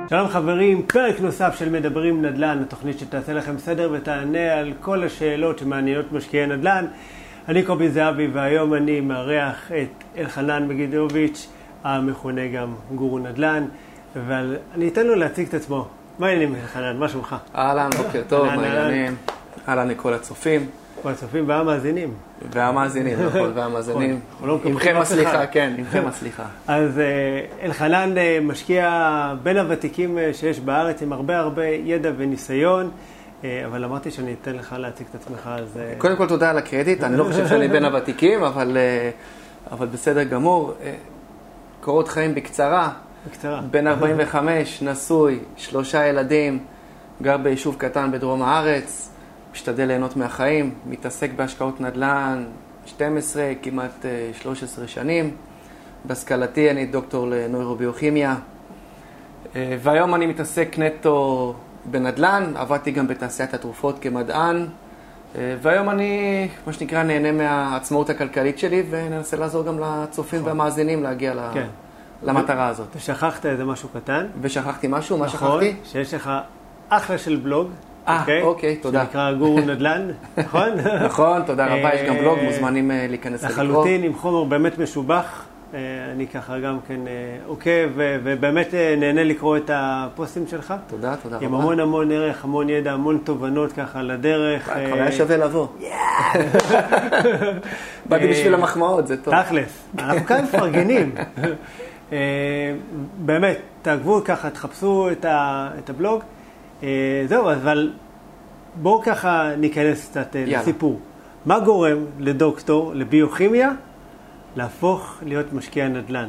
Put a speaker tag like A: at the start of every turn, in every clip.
A: שלום חברים, פרק נוסף של מדברים נדל"ן, התוכנית שתעשה לכם סדר ותענה על כל השאלות שמעניינות משקיעי נדל"ן. אני קובי זהבי והיום אני מארח את אלחנן מגידוביץ', המכונה גם גורו נדל"ן, ואני אתן לו להציג את עצמו. מה העניינים אלחנן? מה שלומך?
B: אהלן, בוקר טוב, מה העניינים? אהלן לכל הצופים.
A: כל הצופים והמאזינים.
B: והמאזינים, נכון, והמאזינים. עמכם הסליחה, כן, עמכם הסליחה.
A: אז אלחנן משקיע בין הוותיקים שיש בארץ עם הרבה ידע וניסיון, אבל אמרתי שאני אתן לך להציג את עצמך.
B: קודם כל תודה על הקרדיט, אני לא חושב שאני בין הוותיקים, אבל בסדר גמור. קורות חיים בקצרה. בן 45, נשוי, 3 ילדים, גר ביישוב קטן בדרום הארץ. משתדל ליהנות מהחיים, מתעסק בהשקעות נדל"ן 12, כמעט 13 שנים. בהשכלתי אני דוקטור לנוירוביוכימיה. והיום אני מתעסק נטו בנדל"ן, עבדתי גם בתעשיית התרופות כמדען. והיום אני, מה שנקרא, נהנה מהעצמאות הכלכלית שלי, וננסה לעזור גם לצופים והמאזינים להגיע למטרה הזאת.
A: ושכחת איזה משהו קטן.
B: ושכחתי משהו, מה שכחתי?
A: נכון, שיש לך אחלה של בלוג.
B: אוקיי, תודה.
A: שנקרא גורו נדל"ן, נכון?
B: נכון, תודה רבה, יש גם בלוג, מוזמנים להיכנס ולקרוא.
A: לחלוטין, עם חומר באמת משובח, אני ככה גם כן עוקב, ובאמת נהנה לקרוא את הפוסטים שלך.
B: תודה רבה.
A: עם המון ערך, המון ידע, המון תובנות ככה לדרך.
B: חוויה שווה לבוא. באתי בשביל המחמאות, זה טוב.
A: תכלס, אנחנו כאן מפרגנים. באמת, תעקבו ככה, תחפשו את הבלוג. זהו, אבל בואו ככה ניכנס קצת לסיפור. מה גורם לדוקטור לביוכימיה להפוך להיות משקיע נדל"ן?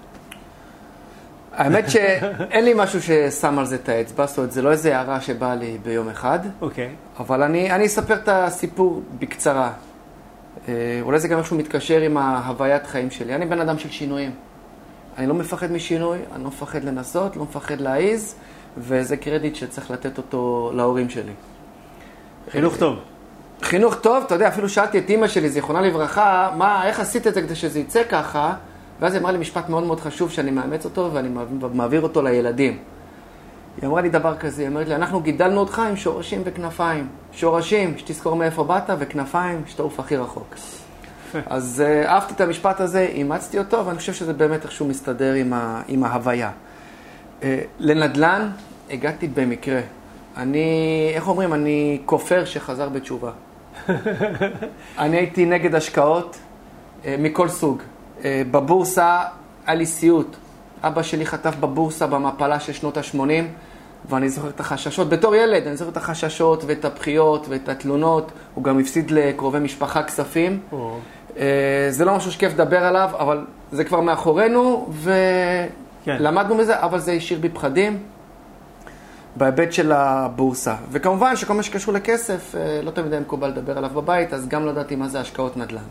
B: האמת שאין לי משהו ששם על זה את האצבע, זאת אומרת, זה לא איזה הערה שבאה לי ביום אחד.
A: אוקיי.
B: אבל אני אספר את הסיפור בקצרה. אולי זה גם משהו מתקשר עם ההוויית חיים שלי. אני בן אדם של שינויים. אני לא מפחד משינוי, אני לא מפחד לנסות, לא מפחד להעיז. וזה קרדיט שצריך לתת אותו להורים שלי.
A: חינוך טוב.
B: חינוך טוב, אתה יודע, אפילו שאלתי את אמא שלי, זיכרונה לברכה, איך עשית את זה כדי שזה יצא ככה? ואז היא אמרה לי משפט מאוד חשוב שאני מאמץ אותו ואני מעביר אותו לילדים. היא אמרה לי דבר כזה, היא אמרת לי, אנחנו גידלנו אותך עם שורשים וכנפיים. שורשים, שתזכור מאיפה באת, וכנפיים, שתעוף הכי רחוק. אז אהבתי את המשפט הזה, אימצתי אותו, ואני חושב שזה באמת איכשהו מסתדר עם ההוויה. לנדל"ן הגעתי במקרה. איך אומרים? אני כופר שחזר בתשובה. אני הייתי נגד השקעות מכל סוג. בבורסה היה לי סיוט. אבא שלי חטף בבורסה במפלה של שנות ה-80, ואני זוכר את החששות. בתור ילד, אני זוכר את החששות ואת הבכיות ואת התלונות. הוא גם הפסיד לקרובי משפחה כספים. זה לא משהו שכיף לדבר עליו, אבל זה כבר מאחורינו, למדנו מזה, אבל זה השאיר בי פחדים בהיבט של הבורסה. וכמובן שכל מה שקשור לכסף, לא תמיד היה מקובל לדבר עליו בבית, אז גם לא ידעתי מה זה השקעות נדל"ן.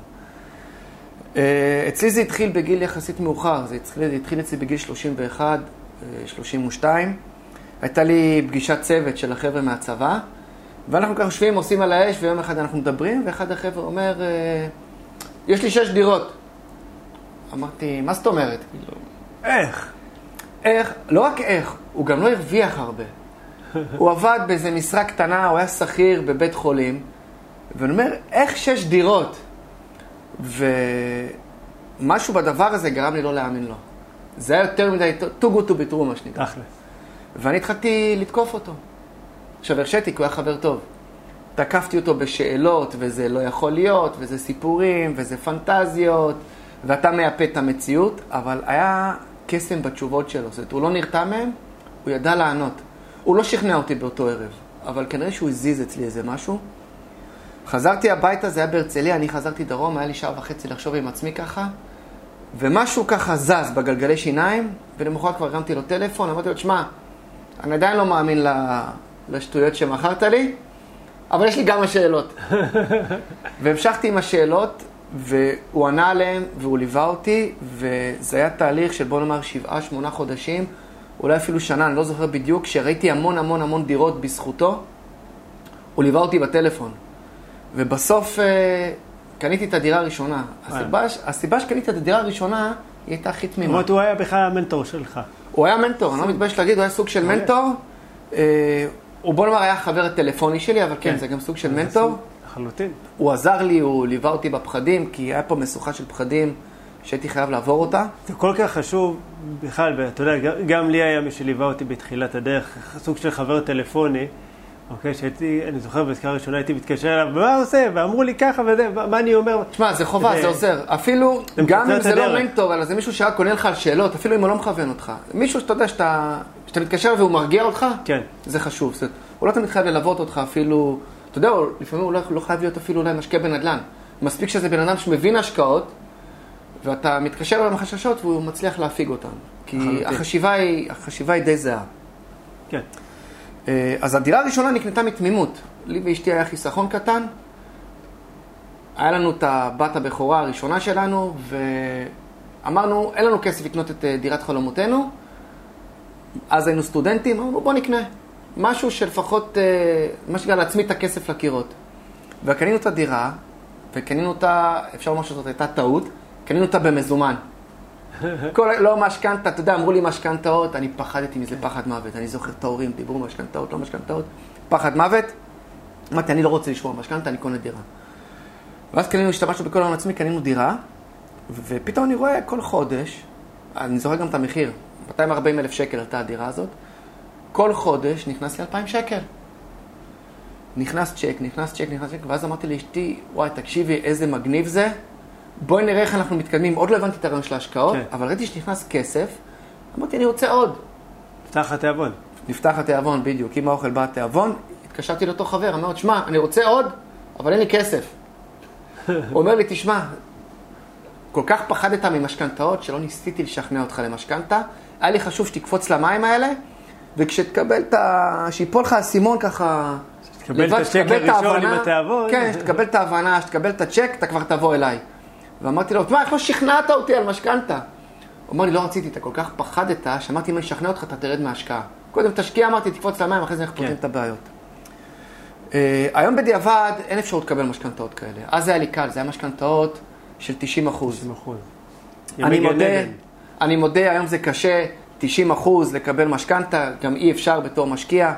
B: אצלי זה התחיל בגיל יחסית מאוחר, זה התחיל אצלי בגיל 31, 32. הייתה לי פגישת צוות של החבר'ה מהצבא, ואנחנו ככה יושבים, עושים על האש, ויום אחד אנחנו מדברים, ואחד החבר'ה אומר, יש לי 6 דירות. אמרתי, מה זאת אומרת? איך? לא רק איך, הוא גם לא הרוויח הרבה. הוא עבד באיזה משרה קטנה, הוא היה שכיר בבית חולים, ואני אומר, איך 6 דירות? ומשהו בדבר הזה גרם לי לא להאמין לו. זה היה יותר מדי, too good to be true, מה שנקרא. ואני התחלתי לתקוף אותו. עכשיו, הרשיתי, כי הוא היה חבר טוב. תקפתי אותו בשאלות, וזה לא יכול להיות, וזה סיפורים, וזה פנטזיות, ואתה מייפה את המציאות, אבל היה קסם בתשובות שלו. זאת אומרת, הוא לא נרתע מהם, הוא ידע לענות. הוא לא שכנע אותי באותו ערב, אבל כנראה שהוא הזיז אצלי איזה משהו. חזרתי הביתה, זה היה בהרצליה, אני חזרתי דרום, היה לי 1.5 שעה לחשוב עם עצמי ככה, ומשהו ככה זז בגלגלי שיניים, ולמחרת כבר הרמתי לו טלפון, אמרתי לו, תשמע, אני עדיין לא מאמין לשטויות שמכרת לי, אבל יש לי גם השאלות. והמשכתי עם השאלות, והוא ענה עליהם, והוא ליווה אותי, וזה היה תהליך של בוא נאמר 7-8 חודשים, אולי אפילו שנה, אני לא זוכר בדיוק, שראיתי המון דירות בזכותו, הוא ליווה אותי בטלפון. ובסוף קניתי את הדירה הראשונה. הסיבה שקניתי את הדירה הראשונה, היא הייתה הכי תמימה.
A: זאת אומרת, הוא היה בכלל המנטור שלך.
B: הוא היה מנטור, אני לא מתבייש להגיד, הוא היה סוג של מנטור. הוא בוא נאמר היה חבר הטלפוני שלי, אבל כן, זה גם סוג של מנטור.
A: לחלוטין.
B: הוא עזר לי, הוא ליווה אותי בפחדים, כי היה פה משוכה של פחדים שהייתי חייב לעבור אותה.
A: זה כל כך חשוב, בכלל, ואתה יודע, גם לי היה מי שליווה אותי בתחילת הדרך, סוג של חבר טלפוני, אוקיי, שהייתי, אני זוכר בעסקה הראשונה, הייתי מתקשר אליו, מה הוא עושה? ואמרו לי ככה וזה, מה אני אומר?
B: תשמע, זה חובה, זה עוזר. אפילו, גם אם זה לא מנטור, אלא זה מישהו שרק עונה לך על שאלות, אפילו אם הוא לא מכוון אותך. מישהו שאתה יודע שאתה מתקשר והוא מרגיע אותך,
A: כן.
B: זה חשוב. הוא לא תמיד חייב ללוות אותך אפילו, אתה יודע, לפעמים הוא לא חייב להיות אפילו אולי משקיע בנדל"ן. מספיק שזה בן אדם שמבין השקעות, ואתה מתקשר אליו עם החששות והוא מצליח להפיג אותם. כי החשיבה היא די זהה.
A: כן.
B: אז הדירה הראשונה נקנתה מתמימות. לי ואשתי היה חיסכון קטן. היה לנו את הבת הבכורה הראשונה שלנו, ואמרנו, אין לנו כסף לקנות את דירת חלומותינו. אז היינו סטודנטים, אמרנו, בוא נקנה. משהו שלפחות, מה שגלל להצמיד את הכסף לקירות. וקנינו את הדירה, וקנינו אותה, אפשר לומר שזאת הייתה טעות, קנינו אותה במזומן. לא משכנתה, אתה יודע, אמרו לי משכנתאות, אני פחדתי מזה פחד מוות. אני זוכר את ההורים, דיברו משכנתאות, לא משכנתאות, פחד מוות. אמרתי, אני לא רוצה לשמוע משכנתה, אני קונה דירה. ואז קנינו, השתמשנו בכל ההון עצמי, קנינו דירה, ופתאום אני רואה כל חודש, אני זוכר גם את המחיר, 240,000 שקל עלתה הדירה הזאת, כל חודש נכנס לי 2,000 שקל. נכנס צ'ק, ואז אמרתי לאשתי, וואי, תקשיבי, איזה מגניב זה. בואי נראה איך אנחנו מתקדמים. עוד לא הבנתי את הרעיון של ההשקעות, אבל ראיתי שנכנס כסף. אמרתי, אני רוצה עוד.
A: נפתח התיאבון.
B: נפתח התיאבון, בדיוק. עם האוכל בא התיאבון. התקשרתי לאותו חבר, אמרתי, שמע, אני רוצה עוד, אבל אין לי כסף. הוא אומר לי, תשמע, כל כך פחדת ממשכנתאות, שלא ניסיתי לשכנע אותך למשכנתה. היה לי חשוב שתקפוץ למים האלה, וכשתקבל שיפול לך הסימון ככה,
A: שתקבל את הצ'ק הראשון עם התיאבון.
B: כן, שתקבל את ההבנה, שתקבל את הצ'ק, אתה כבר תבוא אליי. ואמרתי לו, מה, איך לא שכנעת אותי על משכנתה? הוא אומר לי, לא רציתי, אתה כל כך פחדת, שאמרתי, אם אני שכנע אותך, אתה תרד מההשקעה. קודם תשקיע, אמרתי, תקפוץ למים, אחרי זה איך פותרים את הבעיות. היום בדיעבד, אין אפשרות לקבל משכנתאות כאלה. אז זה היה לי קל, זה היה משכנתאות של 90%. אני מודה, היום זה קשה, 90% לקבל משכנתה, גם אי אפשר בתור משקיע.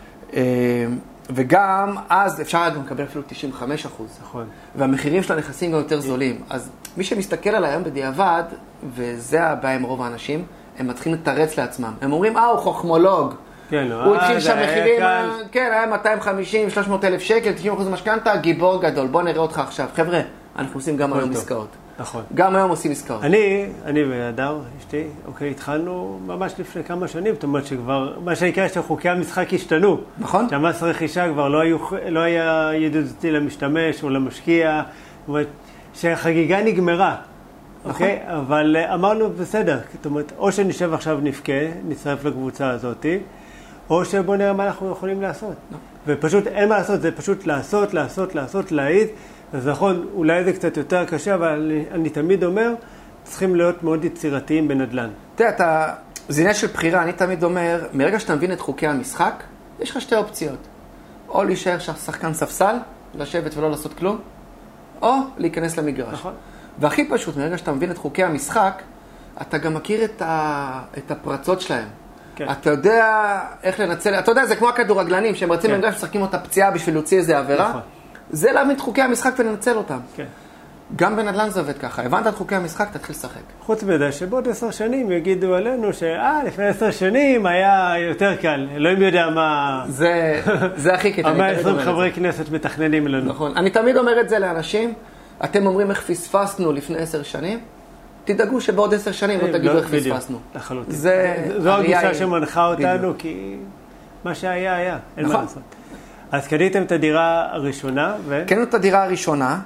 B: וגם אז אפשר גם לקבל אפילו 95%.
A: נכון.
B: והמחירים של הנכסים גם יותר זולים. אז מי שמסתכל על היום בדיעבד, וזה הבעיה עם רוב האנשים, הם מתחילים לתרץ לעצמם. הם אומרים, הוא חוכמולוג.
A: כן,
B: הוא התחיל שהמחירים, כן, היה 250, 300 אלף שקל, 90% משכנתה, גיבור גדול. בוא נראה אותך עכשיו. חבר'ה, אנחנו עושים גם היום עסקאות.
A: נכון.
B: גם היום עושים עסקאות.
A: אני והדר, אשתי, אוקיי, התחלנו ממש לפני כמה שנים, זאת אומרת שכבר, מה שנקרא שחוקי המשחק השתנו.
B: נכון.
A: שהמס רכישה כבר לא היה ידידותי למשתמש או למשקיע, זאת אומרת שהחגיגה נגמרה. אוקיי? אבל אמרנו, בסדר, זאת אומרת, או שנשב עכשיו נבכה, נצטרף לקבוצה הזאת, או שבוא נראה מה אנחנו יכולים לעשות. ופשוט אין מה לעשות, זה פשוט לעשות, להעיד. אז נכון, אולי זה קצת יותר קשה, אבל אני תמיד אומר, צריכים להיות מאוד יצירתיים בנדל"ן.
B: תראה, זה עניין של בחירה, אני תמיד אומר, מרגע שאתה מבין את חוקי המשחק, יש לך שתי אופציות. או להישאר שחקן ספסל, לשבת ולא לעשות כלום, או להיכנס למגרש.
A: נכון.
B: והכי פשוט, מרגע שאתה מבין את חוקי המשחק, אתה גם מכיר את הפרצות שלהם. כן. אתה יודע איך לנצל, אתה יודע, זה כמו הכדורגלנים, שהם רצים למגרש משחקים אותה פציעה בשביל להוציא איזה עבירה. נכון. זה להבין את חוקי המשחק ולנצל אותם. כן. גם בנדל"ן זה עובד ככה. הבנת את חוקי המשחק, תתחיל לשחק.
A: חוץ מזה שבעוד 10 שנים יגידו עלינו לפני 10 שנים היה יותר קל. אלוהים יודע מה...
B: זה הכי קטע.
A: 120 חברי כנסת מתכננים לנו.
B: נכון. אני תמיד אומר את זה לאנשים. אתם אומרים איך פספסנו לפני 10 שנים. תדאגו שבעוד 10 שנים לא תגידו איך פספסנו.
A: לחלוטין. זו הגישה שמנחה אותנו, כי מה שהיה היה. אין מה לעשות. אז קניתם את הדירה הראשונה
B: קנינו את הדירה הראשונה,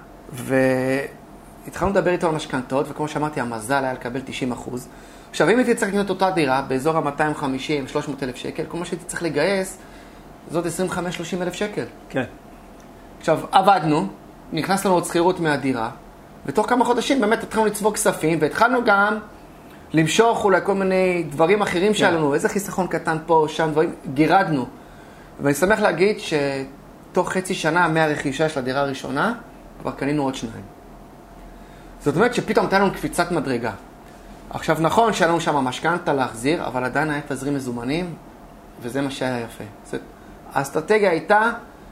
B: והתחלנו לדבר איתו על משכנתאות, וכמו שאמרתי, המזל היה לקבל 90%. עכשיו, אם הייתי צריך לקנות אותה דירה, באזור ה-250-300 אלף שקל, כל מה שהייתי צריך לגייס, זאת 25-30 אלף שקל.
A: כן.
B: עכשיו, עבדנו, נכנס לנו עוד שכירות מהדירה, ותוך כמה חודשים באמת התחלנו לצבוק כספים, והתחלנו גם למשוך אולי כל מיני דברים אחרים שלנו, איזה חיסכון קטן פה, שם, דברים, גירדנו. ואני שמח להגיד שתוך חצי שנה מהרכישה של הדירה הראשונה, כבר קנינו עוד 2. זאת אומרת שפתאום הייתה לנו קפיצת מדרגה. עכשיו נכון שהיה לנו שם משכנתה להחזיר, אבל עדיין היה תזרים מזומנים, וזה מה שהיה יפה. האסטרטגיה הייתה,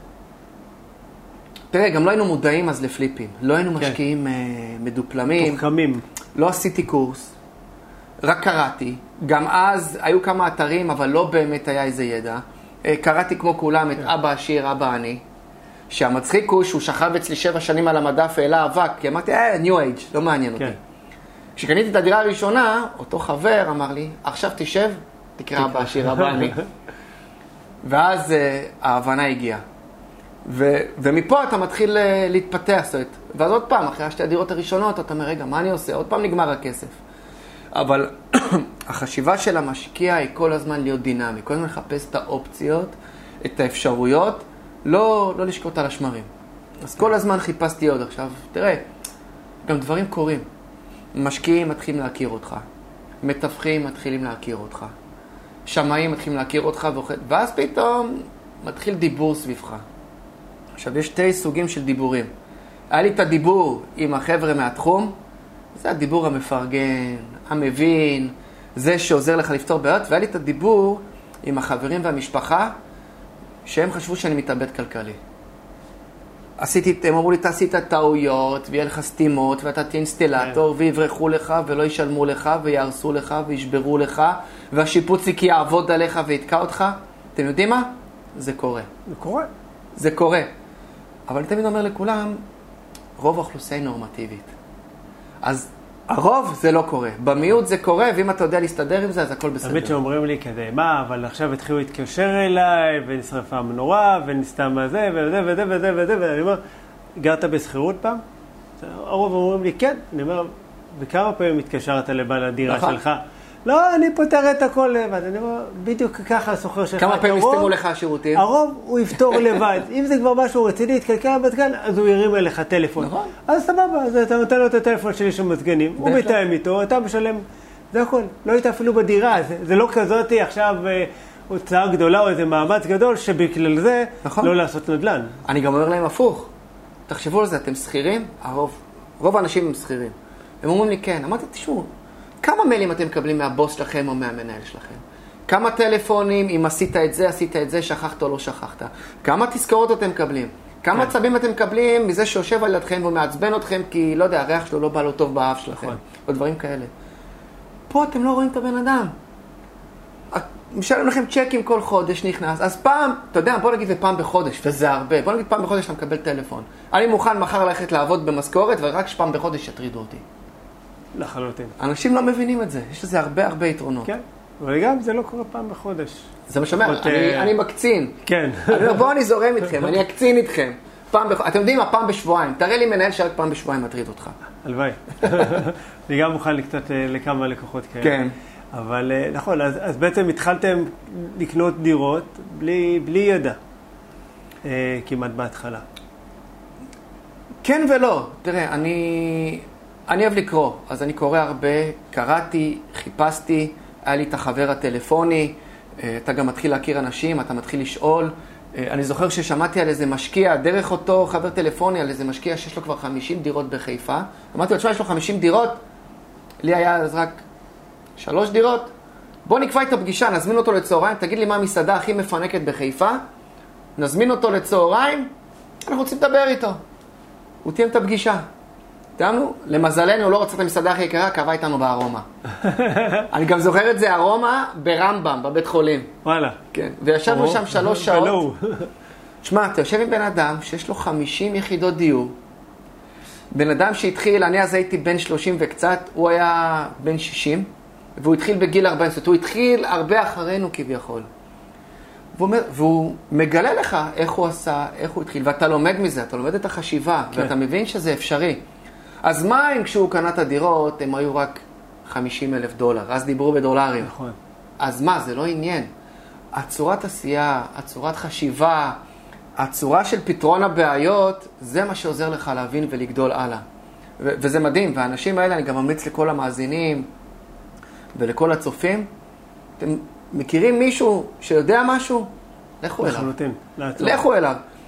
B: תראה, גם לא היינו מודעים אז לפליפים, לא היינו משקיעים מדופלמים,
A: תוחכמים.
B: לא עשיתי קורס, רק קראתי, גם אז היו כמה אתרים, אבל לא באמת היה איזה ידע. קראתי כמו כולם את אבא עשיר, אבא עני, שהמצחיק הוא שהוא שכב אצלי 7 שנים על המדף העלה אבק, כי אמרתי, New Age, לא מעניין אותי. כשקניתי את הדירה הראשונה, אותו חבר אמר לי, עכשיו תשב, תקרא אבא עשיר, אבא עני. ואז ההבנה הגיעה. ומפה אתה מתחיל להתפתח, ואז עוד פעם, אחרי 2 הדירות הראשונות, אתה אומר, רגע, מה אני עושה? עוד פעם נגמר הכסף. אבל החשיבה של המשקיע היא כל הזמן להיות דינמי, כל הזמן לחפש את האופציות, את האפשרויות, לא לשקוט על השמרים. אז כל הזמן חיפשתי עוד. עכשיו, תראה, גם דברים קורים. משקיעים מתחילים להכיר אותך, מתווכים מתחילים להכיר אותך, שמאים מתחילים להכיר אותך, ואז פתאום מתחיל דיבור סביבך. עכשיו, יש 2 סוגים של דיבורים. היה לי את הדיבור עם החבר'ה מהתחום, זה הדיבור המפרגן, המבין, זה שעוזר לך לפתור בעיות, והיה לי את הדיבור עם החברים והמשפחה, שהם חשבו שאני מתאבד כלכלי. הם אמרו לי, תעשית טעויות, ויהיה לך סתימות, ואתה תהיה אינסטלטור, ויברחו לך, ולא ישלמו לך, ויהרסו לך, וישברו לך, והשיפוציק יעבוד עליך ויתקע אותך. אתם יודעים מה? זה קורה.
A: זה קורה.
B: זה קורה. אבל אני תמיד אומר לכולם, רוב האוכלוסייה היא נורמטיבית. אז הרוב זה לא קורה. במיעוט זה קורה, ואם אתה יודע להסתדר עם זה, אז הכל בסדר.
A: תמיד שאומרים לי כזה, מה, אבל עכשיו התחילו להתקשר אליי, ונשרפה המנורה, ונסתה מה זה, וזה, וזה, וזה, וזה, ואני אומר, גרת בסחירות פעם? הרוב אומרים לי, כן. אני אומר, וכמה פעמים התקשרת לבעל הדירה שלך? לא, אני פותר את הכל לבד. אני אומר, בדיוק ככה הסוחר שלך.
B: כמה פעמים הסתימו לך השירותים?
A: הרוב הוא יפתור לבד. אם זה כבר משהו רציני, יתקלקל במזגן, אז הוא ירים אליך טלפון.
B: נכון.
A: אז סבבה, אז אתה נותן לו את הטלפון שלי של מזגנים, הוא מתאם איתו, אתה משלם, זה הכל. לא היית אפילו בדירה, זה לא כזאת עכשיו הוצאה גדולה או איזה מאמץ גדול, שבכלל זה לא לעשות נדל"ן.
B: אני גם אומר להם הפוך. תחשבו על זה, אתם שכירים? רוב האנשים הם שכירים. הם אומרים לי, כן. אמרתי, תשמעו, כמה מיילים אתם מקבלים מהבוס שלכם או מהמנהל שלכם? כמה טלפונים, אם עשית את זה, שכחת או לא שכחת? כמה תזכורות אתם מקבלים? כמה צבים אתם מקבלים מזה שיושב על ידכם ומעצבן אתכם כי, לא יודע, הריח שלו לא בא לו טוב באף שלכם, או דברים כאלה. פה אתם לא רואים את הבן אדם. משלם לכם צ'קים כל חודש נכנס, אז פעם, אתה יודע, בוא נגיד ופעם בחודש, וזה הרבה, בוא נגיד פעם בחודש אתה מקבל טלפון. אני מוכן מחר ללכת לעבוד במשכורת, ורק שפעם בחודש יטרידו אותי.
A: לחלוטין.
B: אנשים לא מבינים את זה, יש לזה הרבה יתרונות.
A: כן, אבל גם זה לא קורה פעם בחודש.
B: זה מה שאומר, אני מקצין.
A: כן.
B: אני אומר, בואו אני זורם איתכם, אני אקצין איתכם. אתם יודעים מה, פעם בשבועיים. תראה לי מנהל שרק פעם בשבועיים מטריד אותך.
A: הלוואי. אני גם מוכן לקצת לכמה לקוחות כאלה.
B: כן.
A: אבל נכון, אז בעצם התחלתם לקנות דירות בלי ידע, כמעט בהתחלה.
B: כן ולא. תראה, אני אוהב לקרוא, אז אני קורא הרבה, קראתי, חיפשתי, היה לי את החבר הטלפוני, אתה גם מתחיל להכיר אנשים, אתה מתחיל לשאול. אני זוכר ששמעתי על איזה משקיע, דרך אותו חבר טלפוני, על איזה משקיע שיש לו כבר 50 דירות בחיפה. אמרתי לו, תשמע, יש לו 50 דירות, לי היה אז רק 3 דירות. בוא נקבע איתו פגישה, נזמין אותו לצהריים, תגיד לי מה המסעדה הכי מפנקת בחיפה, נזמין אותו לצהריים, אנחנו רוצים לדבר איתו. הוא תיאם את הפגישה. תיאמנו, למזלנו, הוא לא רוצה את המסעדה הכי יקרה, קבע איתנו בארומה. אני גם זוכר את זה, ארומה ברמב"ם, בבית חולים.
A: וואלה.
B: כן, וישבנו שם 3 שעות. תשמע, אתה יושב עם בן אדם שיש לו 50 יחידות דיור. בן אדם שהתחיל, אני אז הייתי בן 30 וקצת, הוא היה בן 60, והוא התחיל בגיל 40, זאת אומרת, הוא התחיל הרבה אחרינו כביכול. והוא מגלה לך איך הוא עשה, איך הוא התחיל, ואתה לומד מזה, אתה לומד את החשיבה, כן. ואתה מבין שזה אפשרי. אז מה אם כשהוא קנה את הדירות, הם היו רק $50,000, אז דיברו בדולרים.
A: נכון.
B: אז מה, זה לא עניין. הצורת עשייה, הצורת חשיבה, הצורה של פתרון הבעיות, זה מה שעוזר לך להבין ולגדול הלאה. וזה מדהים, והאנשים האלה, אני גם ממליץ לכל המאזינים ולכל הצופים, אתם מכירים מישהו שיודע משהו? לכו אליו.
A: לחלוטין.
B: לכו אליו.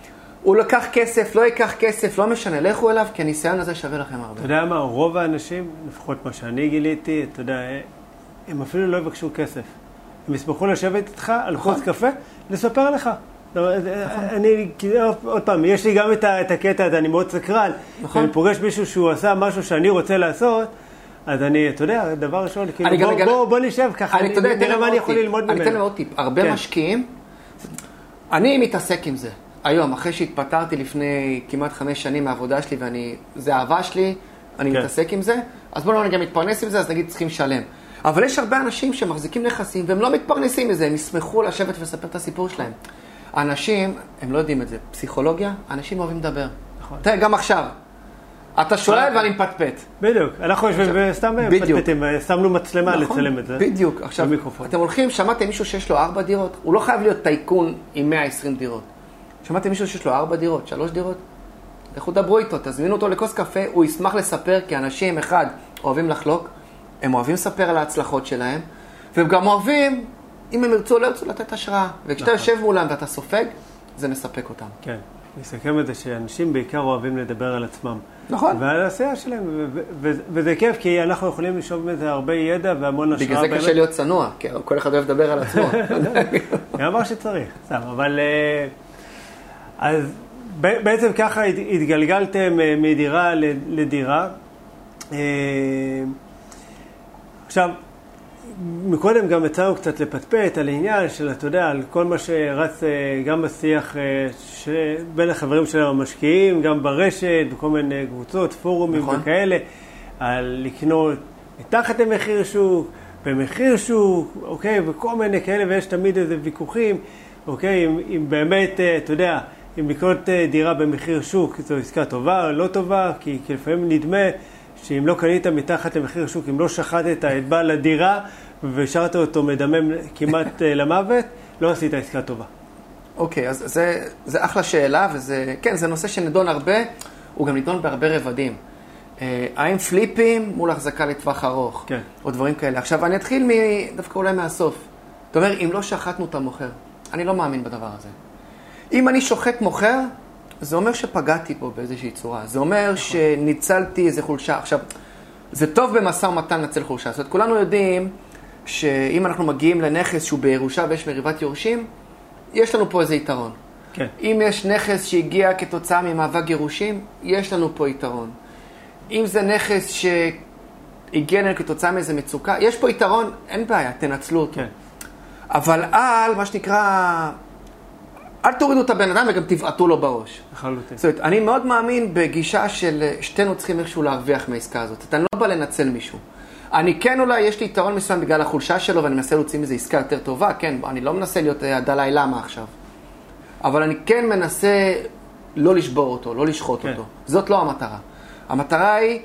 B: הוא לקח כסף, לא ייקח כסף, לא משנה, לכו אליו, כי הניסיון הזה שווה לכם הרבה.
A: אתה יודע מה, רוב האנשים, לפחות מה שאני גיליתי, אתה יודע, הם אפילו לא יבקשו כסף. הם ישמחו לשבת איתך על כוס קפה, לספר לך. אני, עוד פעם, יש לי גם את הקטע הזה, אני מאוד סקרן. אני פוגש מישהו שהוא עשה משהו שאני רוצה לעשות, אז אני, אתה יודע, דבר ראשון, בוא נשב ככה, נראה מה אני יכול ללמוד ממנו.
B: אני אתן לו עוד טיפ. הרבה משקיעים, אני מתעסק עם זה. היום, אחרי שהתפטרתי לפני כמעט 5 שנים מהעבודה שלי, זה אהבה שלי, אני מתעסק עם זה, אז בואו גם מתפרנס עם זה, אז נגיד צריכים לשלם. אבל יש הרבה אנשים שמחזיקים נכסים, והם לא מתפרנסים מזה, הם ישמחו לשבת ולספר את הסיפור שלהם. האנשים, הם לא יודעים את זה, פסיכולוגיה, אנשים אוהבים לדבר. נכון. תראה, גם עכשיו, אתה שואל ואני מפטפט.
A: בדיוק, אנחנו יושבים וסתם מפטפטים, שמנו מצלמה לצלם את זה.
B: בדיוק, עכשיו, אתם הולכים, שמעתם מישהו שיש לו 4 דירות? הוא לא חייב להיות טייקון עם 120 דירות. שמעתם מישהו שיש לו 4 דירות, 3 דירות? לכו דברו איתו, תזמינו אותו לכוס קפה, הוא ישמח לספר, כי אנשים, אחד, אוהבים לחלוק, הם אוהבים לספר על ההצלחות שלהם, והם גם אוהבים, אם הם ירצו או לא ירצו, לתת השראה. וכשאתה יושב מולם ואתה סופג, זה מספק אותם.
A: כן, נסכם את זה שאנשים בעיקר אוהבים לדבר על עצמם.
B: נכון.
A: ועל העשייה שלהם, וזה כיף, כי אנחנו יכולים לשאוב מזה הרבה ידע והמון השראה.
B: בגלל זה קשה להיות צנוע, כי כל אחד אוהב לדבר על עצמו.
A: זה אמר שצריך, סתם, אבל... אז בעצם ככה התגלגלתם מדירה לדירה. עכשיו, מקודם גם יצאנו קצת לפטפט על העניין של, אתה יודע, על כל מה שרץ גם בשיח בין החברים שלנו המשקיעים, גם ברשת, בכל מיני קבוצות, פורומים נכון. וכאלה, על לקנות מתחת למחיר שוק, במחיר שוק, אוקיי, וכל מיני כאלה, ויש תמיד איזה ויכוחים, אוקיי, אם באמת, אתה יודע, אם לקנות דירה במחיר שוק, זו עסקה טובה או לא טובה, כי לפעמים נדמה שאם לא קנית מתחת למחיר שוק, אם לא שחטת את בעל הדירה ושארת אותו מדמם כמעט למוות, לא עשית עסקה טובה.
B: אוקיי, אז זה אחלה שאלה, וזה, כן, זה נושא שנדון הרבה, הוא גם נדון בהרבה רבדים. האם פליפים מול החזקה לטווח ארוך,
A: כן.
B: או דברים כאלה. עכשיו, אני אתחיל דווקא אולי מהסוף. זאת אומרת, אם לא שחטנו את המוכר, אני לא מאמין בדבר הזה. אם אני שוחט מוכר, זה אומר שפגעתי פה באיזושהי צורה. זה אומר שניצלתי איזו חולשה. עכשיו, זה טוב במשא ומתן לנצל חולשה. זאת אומרת, כולנו יודעים שאם אנחנו מגיעים לנכס שהוא בירושה ויש מריבת יורשים, יש לנו פה איזה יתרון.
A: כן.
B: אם יש נכס שהגיע כתוצאה ממאבק גירושים, יש לנו פה יתרון. אם זה נכס שהגיע לנו כתוצאה מאיזה מצוקה, יש פה יתרון, אין בעיה, תנצלו אותו.
A: כן.
B: אבל מה שנקרא... אל תורידו את הבן אדם וגם תבעטו לו בראש.
A: לחלוטין.
B: זאת אומרת, אני מאוד מאמין בגישה של שתינו צריכים איכשהו להרוויח מהעסקה הזאת. אתה לא בא לנצל מישהו. אני כן אולי, יש לי יתרון מסוים בגלל החולשה שלו, ואני מנסה להוציא מזה עסקה יותר טובה. כן, אני לא מנסה להיות הדלאי למה עכשיו. אבל אני כן מנסה לא לשבור אותו, לא לשחוט
A: כן.
B: אותו. זאת לא המטרה. המטרה היא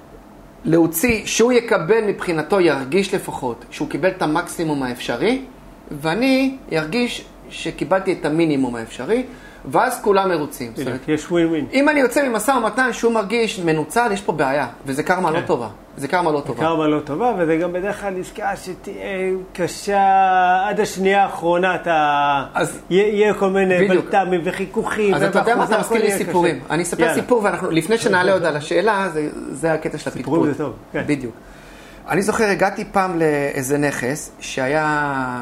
B: להוציא, שהוא יקבל מבחינתו, ירגיש לפחות, שהוא קיבל את המקסימום האפשרי, ואני ירגיש שקיבלתי את המינימום האפשרי, ואז כולם מרוצים.
A: יש ווין-ווין.
B: אם אני יוצא ממשא ומתן שהוא מרגיש מנוצל, יש פה בעיה, וזה קרמה לא טובה. זה קרמה לא טובה.
A: זה קרמה לא טובה, וזה גם בדרך כלל עסקה שתהיה קשה עד השנייה האחרונה, יהיה כל מיני בלת"מים וחיכוכים.
B: אז אתה יודע מה, אתה מזכיר לי סיפורים. אני אספר סיפור, ולפני שנעלה עוד על השאלה, זה הקטע של הפטפוט.
A: סיפורים זה טוב.
B: בדיוק. אני זוכר, הגעתי פעם לאיזה נכס, שהיה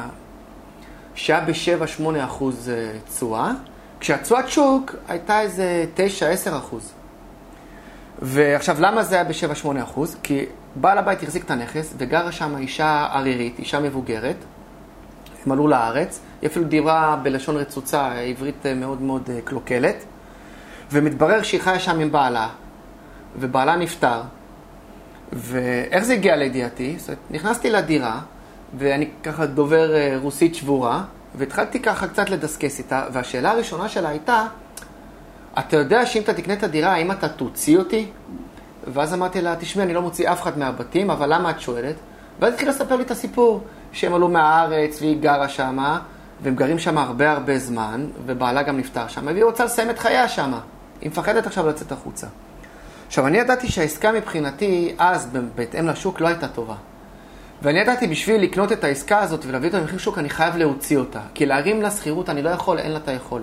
B: ב-7-8% תשואה, כשהתשואת שוק הייתה איזה 9-10%. ועכשיו, למה זה היה ב-7-8%? כי בעל הבית החזיק את הנכס, וגרה שם אישה ערירית, אישה מבוגרת, הם עלו לארץ, היא אפילו דיברה בלשון רצוצה, עברית מאוד מאוד קלוקלת, ומתברר שהיא חיה שם עם בעלה, ובעלה נפטר, ואיך זה הגיע לידיעתי? זאת אומרת, נכנסתי לדירה, ואני ככה דובר רוסית שבורה, והתחלתי ככה קצת לדסקס איתה, והשאלה הראשונה שלה הייתה, אתה יודע שאם אתה תקנה את הדירה, האם אתה תוציא אותי? ואז אמרתי לה, תשמע, אני לא מוציא אף אחד מהבתים, אבל למה את שואלת? ואז התחילה לספר לי את הסיפור, שהם עלו מהארץ והיא גרה שמה, והם גרים שם הרבה זמן, ובעלה גם נפטר שם, והיא רוצה לסיים את חייה שם. היא מפחדת עכשיו לצאת החוצה. עכשיו, אני ידעתי שהעסקה מבחינתי, אז בהתאם לשוק, לא הייתה טובה. ואני ידעתי בשביל לקנות את העסקה הזאת ולהביא אותה במחיר שוק, אני חייב להוציא אותה. כי להרים לה שכירות אני לא יכול, אין לה את היכולת.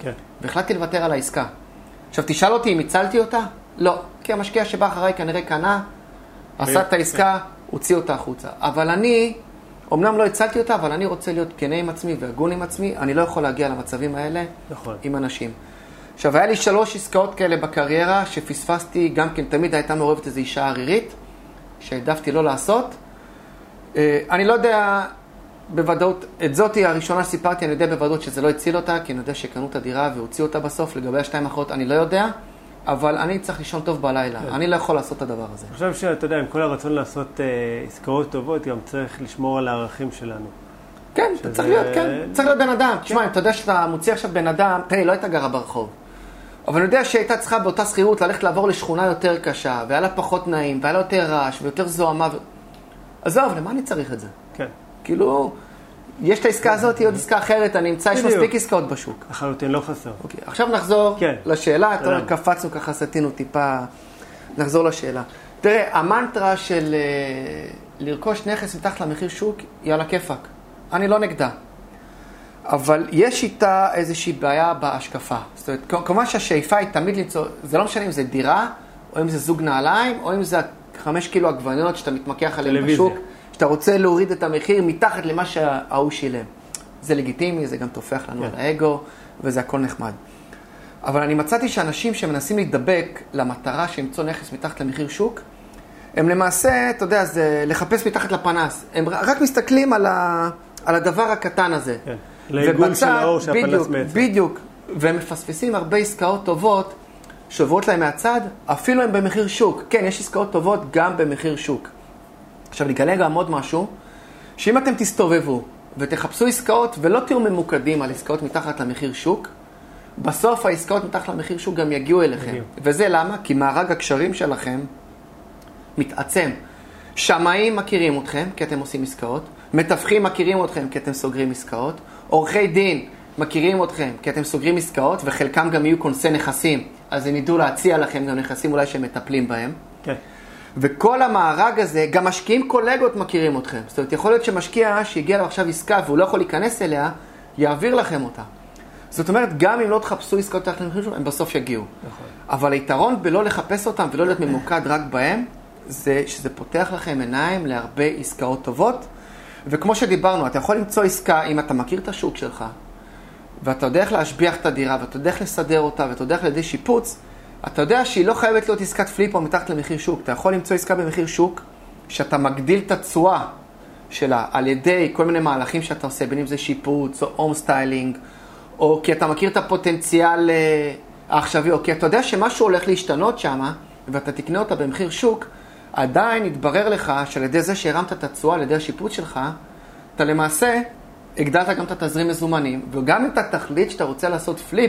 A: כן.
B: והחלטתי לוותר על העסקה. עכשיו, תשאל אותי אם הצלתי אותה? לא. כי המשקיע שבא אחריי כנראה קנה, עשה את העסקה, הוציא אותה החוצה. אבל אני, אמנם לא הצלתי אותה, אבל אני רוצה להיות כנה עם עצמי והגון עם עצמי. אני לא יכול להגיע למצבים האלה
A: נכון.
B: עם אנשים. עכשיו, היה לי 3 עסקאות כאלה בקריירה, שפספסתי, גם כן תמיד הייתה מעורבת איזו אישה ערירית, שהעדפתי לא לעשות. אני לא יודע בוודאות, את זאתי הראשונה שסיפרתי, אני יודע בוודאות שזה לא הציל אותה, כי אני יודע שקנו את הדירה והוציאו אותה בסוף, לגבי 2 האחרות אני לא יודע, אבל אני צריך לישון טוב בלילה, אני לא יכול לעשות את הדבר הזה.
A: אני חושב שאתה יודע, עם כל הרצון לעשות עסקאות טובות, גם צריך לשמור על הערכים שלנו.
B: כן, אתה צריך להיות, כן, צריך להיות בן אדם. תשמע, אם אתה יודע שאתה מוציא עכשיו בן אדם, תראי, לא הייתה גרה ברחוב. אבל אני יודע שהייתה צריכה באותה שכירות ללכת לעבור לשכונה יותר קשה, והיה לה פחות נעים, והיה לה יותר רעש, ויותר זוהמה. עזוב, למה אני צריך את זה?
A: כן.
B: כאילו, יש את העסקה הזאת, עוד עסקה אחרת, אני אמצא, יש מספיק עסקאות בשוק.
A: לחלוטין לא חסר.
B: אוקיי, עכשיו נחזור לשאלה, אתה אומר, קפצנו ככה, סתינו טיפה, נחזור לשאלה. תראה, המנטרה של לרכוש נכס מתחת למחיר שוק, היא על הכיפק. אני לא נגדה. אבל יש איתה איזושהי בעיה בהשקפה. זאת אומרת, כמובן שהשאיפה היא תמיד למצוא, זה לא משנה אם זה דירה, או אם זה זוג נעליים, או אם זה 5 קילו עגבניות שאתה מתמקח עליהם בשוק, שאתה רוצה להוריד את המחיר מתחת למה שההוא שילם. זה לגיטימי, זה גם תופח לנו על האגו, וזה הכל נחמד. אבל אני מצאתי שאנשים שמנסים להידבק למטרה שימצוא נכס מתחת למחיר שוק, הם למעשה, אתה יודע, זה לחפש מתחת לפנס. הם רק מסתכלים על הדבר הקטן הזה.
A: כן. לעיגול של האור שהפנס מעצם.
B: בדיוק. והם מפספסים הרבה עסקאות טובות שעוברות להם מהצד, אפילו הם במחיר שוק. כן, יש עסקאות טובות גם במחיר שוק. עכשיו, נגלה גם עוד משהו, שאם אתם תסתובבו ותחפשו עסקאות ולא תהיו ממוקדים על עסקאות מתחת למחיר שוק, בסוף העסקאות מתחת למחיר שוק גם יגיעו אליכם. וזה למה? כי מארג הקשרים שלכם מתעצם. שמאים מכירים אתכם כי אתם עושים עסקאות, מתווכים מכירים אתכם כי אתם סוגרים עסקאות, עורכי דין מכירים אתכם כי אתם סוגרים עסקאות, וחלקם גם יהיו כונסי נכסים, אז הם ידעו להציע לכם גם נכסים אולי שהם מטפלים בהם. כן. וכל המארג הזה, גם משקיעים קולגות מכירים אתכם. זאת אומרת, יכול להיות שמשקיע שהגיע לו עכשיו עסקה והוא לא יכול להיכנס אליה, יעביר לכם אותה. זאת אומרת, גם אם לא תחפשו עסקאות תחת למחיר שוק, הם בסוף יגיעו. נכון. אבל היתרון בלא לחפש אותם ולא להיות ממוקד רק בהם, זה שזה פותח לכם עיניים להרבה עסקאות טובות. וכמו שדיברנו, אתה יכול למצוא עסקה אם אתה מכיר את השוק שלך, ואתה יודע איך להשביח את הדירה, ואתה יודע איך לסדר אותה, ואתה יודע איך לידי שיפוץ, אתה יודע שהיא לא חייבת להיות עסקת פליפ או מתחת למחיר שוק. אתה יכול למצוא עסקה במחיר שוק, שאתה מגדיל את התשואה שלה על ידי כל מיני מהלכים שאתה עושה, בין אם זה שיפוץ או הום סטיילינג, או כי אתה מכיר את הפוטנציאל העכשווי, או כי אתה יודע שמשהו הולך להשתנות שם, ואתה תקנה אותה במחיר שוק, עדיין יתברר לך שעל ידי זה שהרמת את התשואה, על ידי השיפוץ שלך, אתה למעשה הגדלת גם את התזרים מזומנים, וגם אם אתה תחליט שאתה רוצה לעשות פליפ,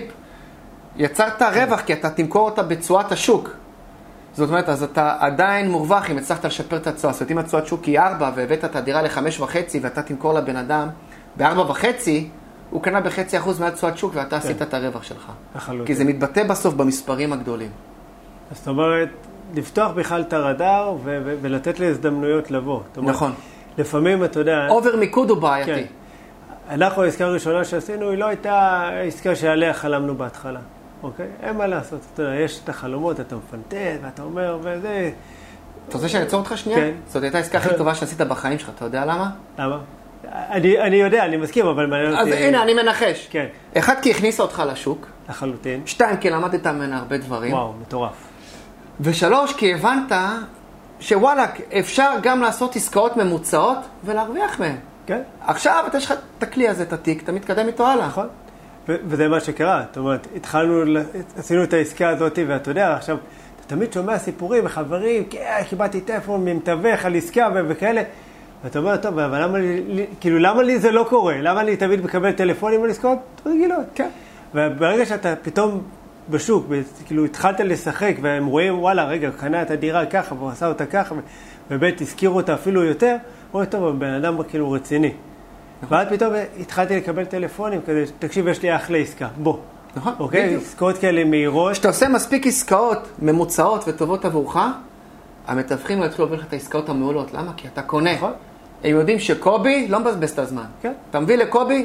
B: יצרת רווח, כי אתה תמכור אותה בתשואת השוק. זאת אומרת, אז אתה עדיין מורווח אם הצלחת לשפר את התשואה. זאת אומרת, אם התשואת שוק היא 4 והבאת את הדירה ל5.5 ואתה תמכור לבן אדם ב4.5, הוא קנה ב0.5% מעל תשואת שוק ואתה עשית את הרווח שלך. כי זה מתבטא בסוף במספרים הגדולים.
A: אז זאת אומרת, לפתוח בכלל את הרדאר ולתת להזדמנויות לבוא.
B: נכון.
A: לפעמים, אתה יודע...
B: אובר מיקוד הוא בעייתי.
A: כן. אנחנו, העסקה הראשונה שעשינו, היא לא הייתה עסקה שעליה חלמנו בהתחלה. אוקיי? אין מה לעשות. אתה יודע, יש את החלומות, אתה מפנטט, ואתה אומר, וזה...
B: אתה רוצה שאני אעצור אותך שנייה?
A: כן.
B: זאת הייתה העסקה הכי טובה שעשית בחיים שלך, אתה יודע למה?
A: למה? אני יודע, אני מסכים, אבל מעניין אותי...
B: אז הנה, אני מנחש.
A: כן.
B: 1, כי הכניסה אותך לשוק.
A: לחלוטין.
B: 2, כי למדת ממנה הרבה דברים.
A: וואו, מטורף.
B: ו3, כי הבנת שוואלה, אפשר גם לעשות עסקאות ממוצעות ולהרוויח מהן. כן. עכשיו אתה יש לך את הכלי הזה, את התיק, אתה מתקדם איתו הלאה.
A: נכון. וזה מה שקרה. זאת אומרת, עשינו את העסקה הזאת, ואתה יודע, עכשיו, אתה תמיד שומע סיפורים וחברים, כן, קיבלתי טלפון ממתווך על עסקה וכאלה. ואתה אומר, טוב, אבל למה לי זה לא קורה? למה אני תמיד מקבל טלפונים על עסקאות? רגילות. כן. וברגע שאתה פתאום בשוק, כאילו התחלת לשחק, והם רואים, וואלה, רגע, קנה את הדירה ככה, והוא עשה אותה ככה, ובאמת הזכירו אותה אפילו יותר, רואה, טוב, בן אדם כאילו רציני. ואז פתאום התחלתי לקבל טלפונים כזה, תקשיב, יש לי אחלה עסקה, בוא.
B: נכון,
A: אוקיי? עסקאות כאלה מהירות.
B: כשאתה עושה מספיק עסקאות ממוצעות וטובות עבורך, המתווכים יתחילו להוביל לך את העסקאות המעולות. למה? כי אתה קונה. נכון. הם יודעים שקובי לא מבזבז את הזמן. כן. אתה מביא לקובי,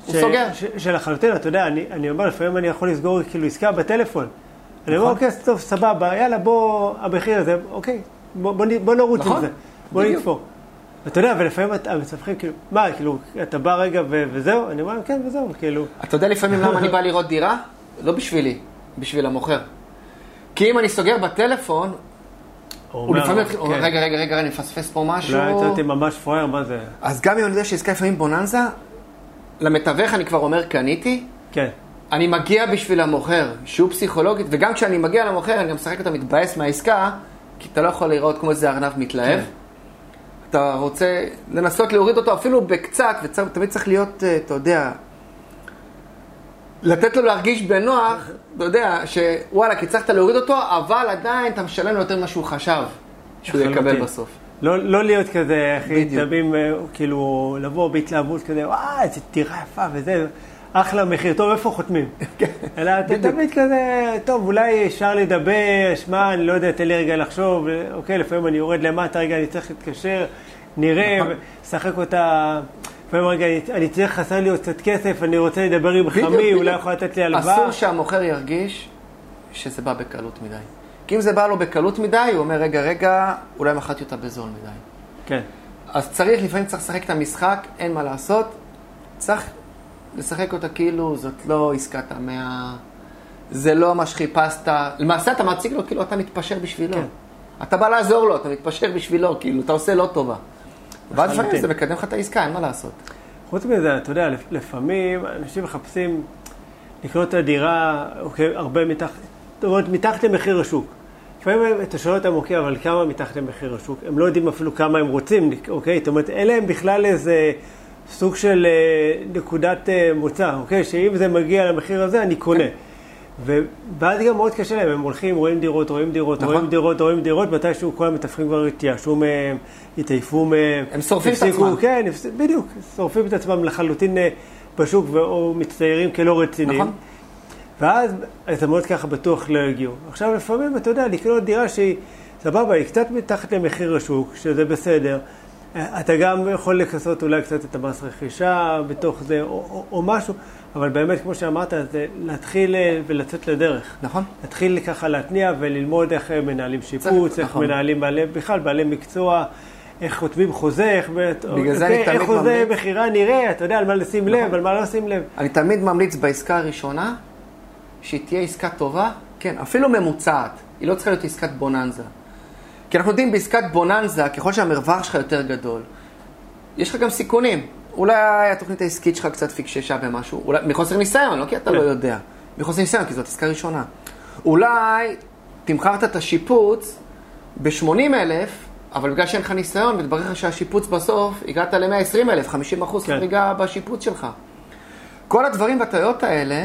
B: הוא סוגר.
A: שלחלוטין, אתה יודע, אני אומר, לפעמים אני יכול לסגור כאילו עסקה בטלפון. אני אומר, אוקיי, טוב, סבבה, יאללה, בוא, המחיר הזה, אוקיי, בוא נרוץ עם זה, בוא נתפור. אתה יודע, ולפעמים המצפחים, כאילו, מה, כאילו, אתה בא רגע וזהו? אני אומר, כן, וזהו, כאילו.
B: אתה יודע לפעמים למה אני בא לראות דירה? לא בשבילי, בשביל המוכר. כי אם אני סוגר בטלפון, הוא לפעמים יתחיל, רגע, אני מפספס פה משהו.
A: לא, הייתי ממש פרויר, מה זה?
B: אז גם אם אני יודע שעסקה לפעמים בוננזה, למתווך אני כבר אומר, קניתי.
A: כן.
B: אני מגיע בשביל המוכר, שהוא פסיכולוגית, וגם כשאני מגיע למוכר, אני גם משחק אותה מתבאס מהעסקה, כי אתה לא יכול לראות כמו איזה ארנב מתלהב. כן. אתה רוצה לנסות להוריד אותו אפילו בקצת, ותמיד צריך להיות, אתה יודע, לתת לו להרגיש בנוח, אתה יודע, שוואלה, כי צריכת להוריד אותו, אבל עדיין אתה משלם לו יותר ממה שהוא חשב, שהוא יקבל בסוף.
A: לא להיות כזה, אחי, תמים, כאילו, לבוא בהתלהבות כזה, וואי, איזה דירה יפה וזה, אחלה מחיר, טוב, איפה חותמים? אלא אתה תמיד כזה, טוב, אולי אפשר לדבר, שמע, אני לא יודע, תן לי רגע לחשוב, אוקיי, לפעמים אני יורד למטה, רגע, אני צריך להתקשר, נראה, שחק אותה, לפעמים רגע, אני צריך חסר לי עוד קצת כסף, אני רוצה לדבר עם חמי, אולי יכול לתת לי הלוואה.
B: אסור שהמוכר ירגיש שזה בא בקלות מדי. כי אם זה בא לו בקלות מדי, הוא אומר, רגע, אולי מחרתי אותה בזול מדי.
A: כן.
B: אז לפעמים צריך לשחק את המשחק, אין מה לעשות, צריך לשחק אותה כאילו, זאת לא עסקת המאה, זה לא מה שחיפשת. למעשה אתה מציג לו כאילו אתה מתפשר בשבילו. כן. אתה בא לעזור לו, אתה מתפשר בשבילו, כאילו, אתה עושה לא טובה. ואז לפעמים זה מקדם לך את העסקה, אין מה לעשות.
A: חוץ מזה, אתה יודע, לפעמים אנשים מחפשים לקנות את הדירה, אוקיי, הרבה מתחת למחיר השוק. לפעמים אתה שואל אותם, אוקיי, אבל כמה מתחת למחיר השוק? הם לא יודעים אפילו כמה הם רוצים, אוקיי? זאת אומרת, אלה הם בכלל איזה סוג של נקודת מוצא, אוקיי? שאם זה מגיע למחיר הזה, אני קונה. ואז גם מאוד קשה להם, הם הולכים, רואים דירות, מתישהו כל המתווכים כבר התייאשו מהם, התעייפו מהם.
B: הם שורפים את עצמם.
A: כן, בדיוק, שורפים את עצמם לחלוטין בשוק, או מצטיירים כלא רציניים. נכון. ואז הזדמנות ככה בטוח לא הגיעו. עכשיו לפעמים, אתה יודע, לקנות דירה שהיא סבבה, היא קצת מתחת למחיר השוק, שזה בסדר. אתה גם יכול לכסות אולי קצת את המס רכישה בתוך זה, או משהו, אבל באמת, כמו שאמרת, זה להתחיל ולצאת לדרך.
B: נכון.
A: להתחיל ככה להתניע וללמוד איך מנהלים שיפוץ, איך מנהלים בכלל בעלי מקצוע, איך חותמים חוזה, איך חוזה בחירה נראה, אתה יודע, על מה לשים לב, על מה לא לשים לב.
B: אני תמיד ממליץ בעסקה הראשונה, שהיא תהיה עסקה טובה, כן, אפילו ממוצעת. היא לא צריכה להיות עסקת בוננזה. כי אנחנו יודעים בעסקת בוננזה, ככל שהמרווח שלך יותר גדול, יש לך גם סיכונים. אולי התוכנית העסקית שלך קצת פיקששה במשהו, אולי מחוסר ניסיון, לא כי אתה לא יודע. מחוסר ניסיון, כי זאת עסקה ראשונה. אולי תמכרת את השיפוץ ב-80,000, אבל בגלל שאין לך ניסיון, מתברר לך שהשיפוץ בסוף, הגעת ל-120,000, 50% חריגה בשיפוץ שלך. כל הדברים והטעויות האלה,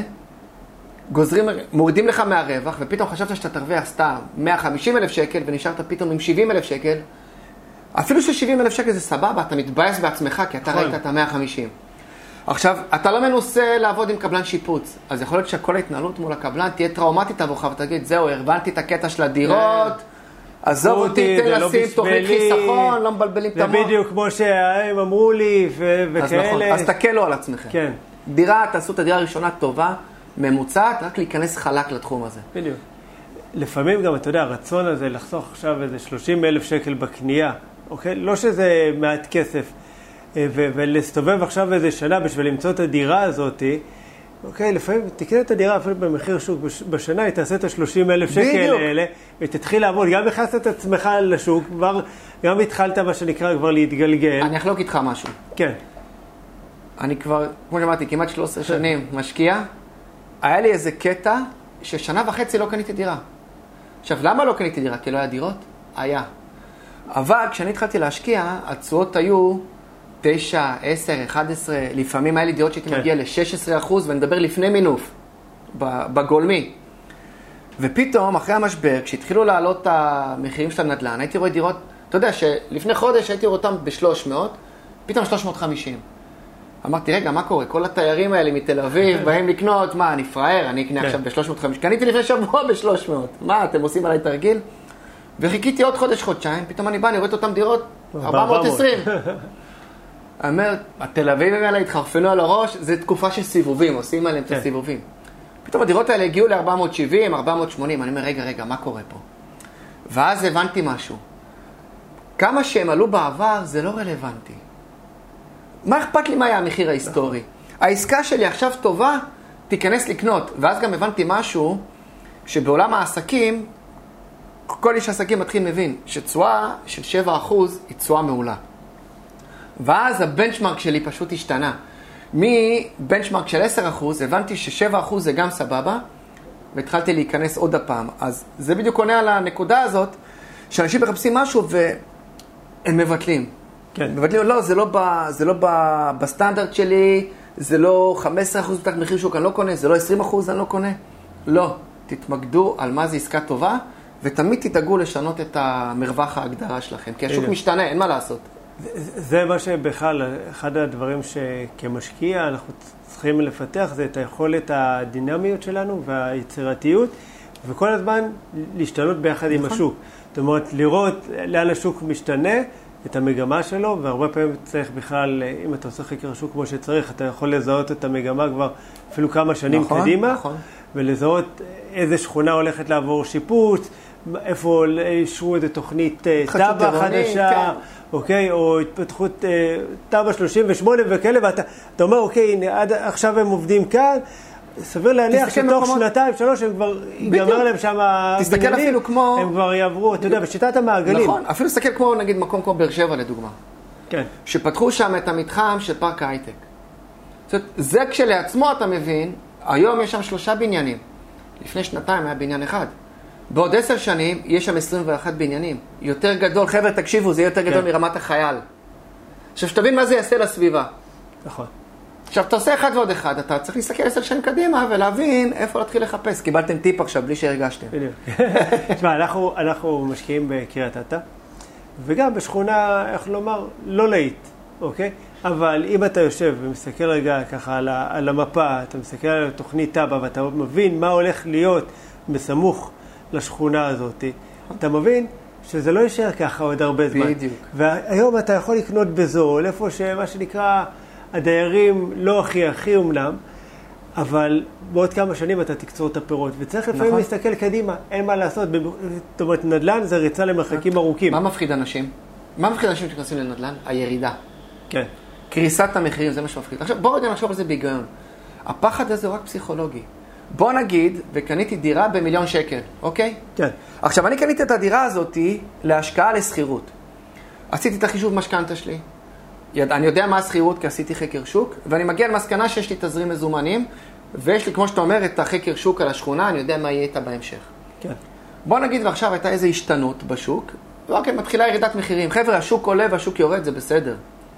B: מורידים לך מהרווח, ופתאום חשבת שאתה תרוויח סתם 150,000 שקל, ונשארת פתאום עם 70,000 שקל. אפילו ש70,000 שקל זה סבבה, אתה מתבאס בעצמך, כי אתה ראית את ה-150. עכשיו, אתה לא מנוסה לעבוד עם קבלן שיפוץ, אז יכול להיות שכל ההתנהלות מול הקבלן תהיה טראומטית עבורך, ותגיד, זהו, הרבנתי את הקטע של הדירות, עזוב אותי, תן לשים תוכנית חיסכון, לא מבלבלים את המוח.
A: זה בדיוק כמו שהם אמרו לי, וכאלה.
B: אז תקלו על עצמכם.
A: כן.
B: דירה, תעשו את הדירה הראשונה טובה, ממוצעת, רק להיכנס חלק לתחום הזה.
A: בדיוק. לפעמים גם, אתה יודע, הרצון הזה לחסוך עכשיו איזה 30,000 שקל בקנייה, אוקיי? לא שזה מעט כסף, ולהסתובב עכשיו איזה שנה בשביל למצוא את הדירה הזאת, אוקיי? לפעמים תקנה את הדירה אפילו במחיר שוק בשנה, היא תעשה את ה-30,000 שקל האלה, ותתחיל לעבוד, גם הכנסת את עצמך לשוק, גם התחלת מה שנקרא כבר להתגלגל.
B: אני אחלוק איתך משהו.
A: כן.
B: אני כבר, כמו שאמרתי, כמעט 13 שנים משקיע, היה לי איזה קטע ששנה וחצי לא קניתי דירה. עכשיו, למה לא קניתי דירה? כי לא היה דירות? היה. אבל כשאני התחלתי להשקיע, התשואות היו 9, 10, 11, לפעמים היה לי דירות שהייתי מגיע ל-16%, ואני מדבר לפני מינוף, בגולמי. ופתאום, אחרי המשבר, כשהתחילו לעלות המחירים של הנדל"ן, הייתי רואה דירות, אתה יודע שלפני חודש הייתי רואה אותם ב-300, פתאום 350. אמרתי, רגע, מה קורה? כל התיירים האלה מתל אביב באים לקנות, מה, אני פראייר, אני אקנה עכשיו ב-350. קניתי לפני שבוע ב-300. מה, אתם עושים עליי תרגיל? וחיכיתי עוד חודש, חודשיים, פתאום אני בא, אני רואה את אותם דירות, 420. אני אומר, התל אביבים האלה התחרפנו על הראש, זה תקופה של סיבובים, עושים עליהם את הסיבובים. פתאום הדירות האלה הגיעו ל-470, 480, אני אומר, רגע, מה קורה פה? ואז הבנתי משהו. כמה שהם עלו בעבר, זה לא רלוונטי. מה אכפת לי מה היה המחיר ההיסטורי? העסקה שלי עכשיו טובה, תיכנס לקנות. ואז גם הבנתי משהו, שבעולם העסקים, כל איש עסקים מתחיל מבין, שתשואה של 7% היא תשואה מעולה. ואז הבנצ'מרק שלי פשוט השתנה. מבנצ'מרק של 10%, הבנתי ש7% זה גם סבבה, והתחלתי להיכנס עוד הפעם. אז זה בדיוק עונה על הנקודה הזאת, שאנשים מחפשים משהו והם מבטלים.
A: כן.
B: מבטלים, לא, זה לא בסטנדרט שלי, זה לא 15% בתחת מחיר שוק, אני לא קונה, זה לא 20% אני לא קונה. לא, תתמקדו על מה זה עסקה טובה, ותמיד תדאגו לשנות את המרווח ההגדרה שלכם, כי השוק משתנה, אין מה לעשות.
A: זה מה שבכלל, אחד הדברים שכמשקיע אנחנו צריכים לפתח, זה את היכולת הדינמיות שלנו והיצירתיות, וכל הזמן להשתנות ביחד עם השוק. זאת אומרת, לראות לאן השוק משתנה, את המגמה שלו, והרבה פעמים צריך בכלל, אם אתה עושה חקר השוק כמו שצריך, אתה יכול לזהות את המגמה כבר אפילו כמה שנים קדימה, ולזהות איזה שכונה הולכת לעבור שיפוץ, איפה אישרו איזו תוכנית טאבה חדשה, אוקיי, או התפתחות טאבה 38 וכאלה, ואתה אומר, אוקיי, הנה, עד עכשיו הם עובדים כאן, סביר להניח שתוך שנתיים, שלוש, הם כבר ייגמר להם שם הבניינים, הם כבר יעברו, אתה יודע, בשיטת המעגלים.
B: נכון, אפילו תסתכל כמו, נגיד, מקום כמו באר שבע, לדוגמה.
A: כן.
B: שפתחו שם את המתחם של פארק ההייטק. זאת אומרת, זה כשלעצמו, אתה מבין, היום יש שם 3 בניינים. לפני שנתיים היה בניין אחד. בעוד 10 שנים, יש שם 21 בניינים. יותר גדול, חבר'ה, תקשיבו, זה יהיה יותר גדול מרמת החייל. עכשיו, שתבין מה זה יעשה לסביבה.
A: נכון.
B: עכשיו, אתה עושה אחד ועוד אחד, אתה צריך להסתכל 10 שנים קדימה ולהבין איפה להתחיל לחפש. קיבלתם טיפ עכשיו, בלי שהרגשתם.
A: בדיוק. תשמע, אנחנו משקיעים בקריית אתא, וגם בשכונה, איך לומר, לא להיט, אוקיי? אבל אם אתה יושב ומסתכל רגע ככה על המפה, אתה מסתכל על תוכנית טאבה, ואתה מבין מה הולך להיות בסמוך לשכונה הזאת, אתה מבין שזה לא יישאר ככה עוד הרבה זמן.
B: בדיוק.
A: והיום אתה יכול לקנות בזול, איפה שמה שנקרא הדיירים לא הכי אומנם, אבל בעוד כמה שנים אתה תקצור את הפירות, וצריך לפעמים להסתכל קדימה, אין מה לעשות. זאת אומרת, נדל"ן זה ריצה למרחקים ארוכים.
B: מה מפחיד אנשים? מה מפחיד אנשים שנכנסים לנדל"ן? הירידה.
A: כן.
B: קריסת המחירים, זה מה שמפחיד. עכשיו, בוא רגע נחשוב על זה בהיגיון. הפחד הזה הוא רק פסיכולוגי. בוא נגיד, וקניתי דירה ב1,000,000 שקל, אוקיי?
A: כן.
B: עכשיו, אני קניתי את הדירה הזאת להשקעה לסחירות. עשיתי את החישוב משכנתה שלי. אני יודע מה הסחירות, כי עשיתי חקר שוק, ואני מגיע למסקנה שיש לי תזרים מזומנים, ויש לי, כמו שאתה אומר, את החקר שוק על השכונה, אני יודע מה יהיה איתה בהמשך.
A: כן.
B: בוא נגיד, ועכשיו הייתה איזו השתנות בשוק, ואוקיי, מתחילה ירידת מחירים. חבר'ה, השוק עולה והשוק יורד, זה בסדר.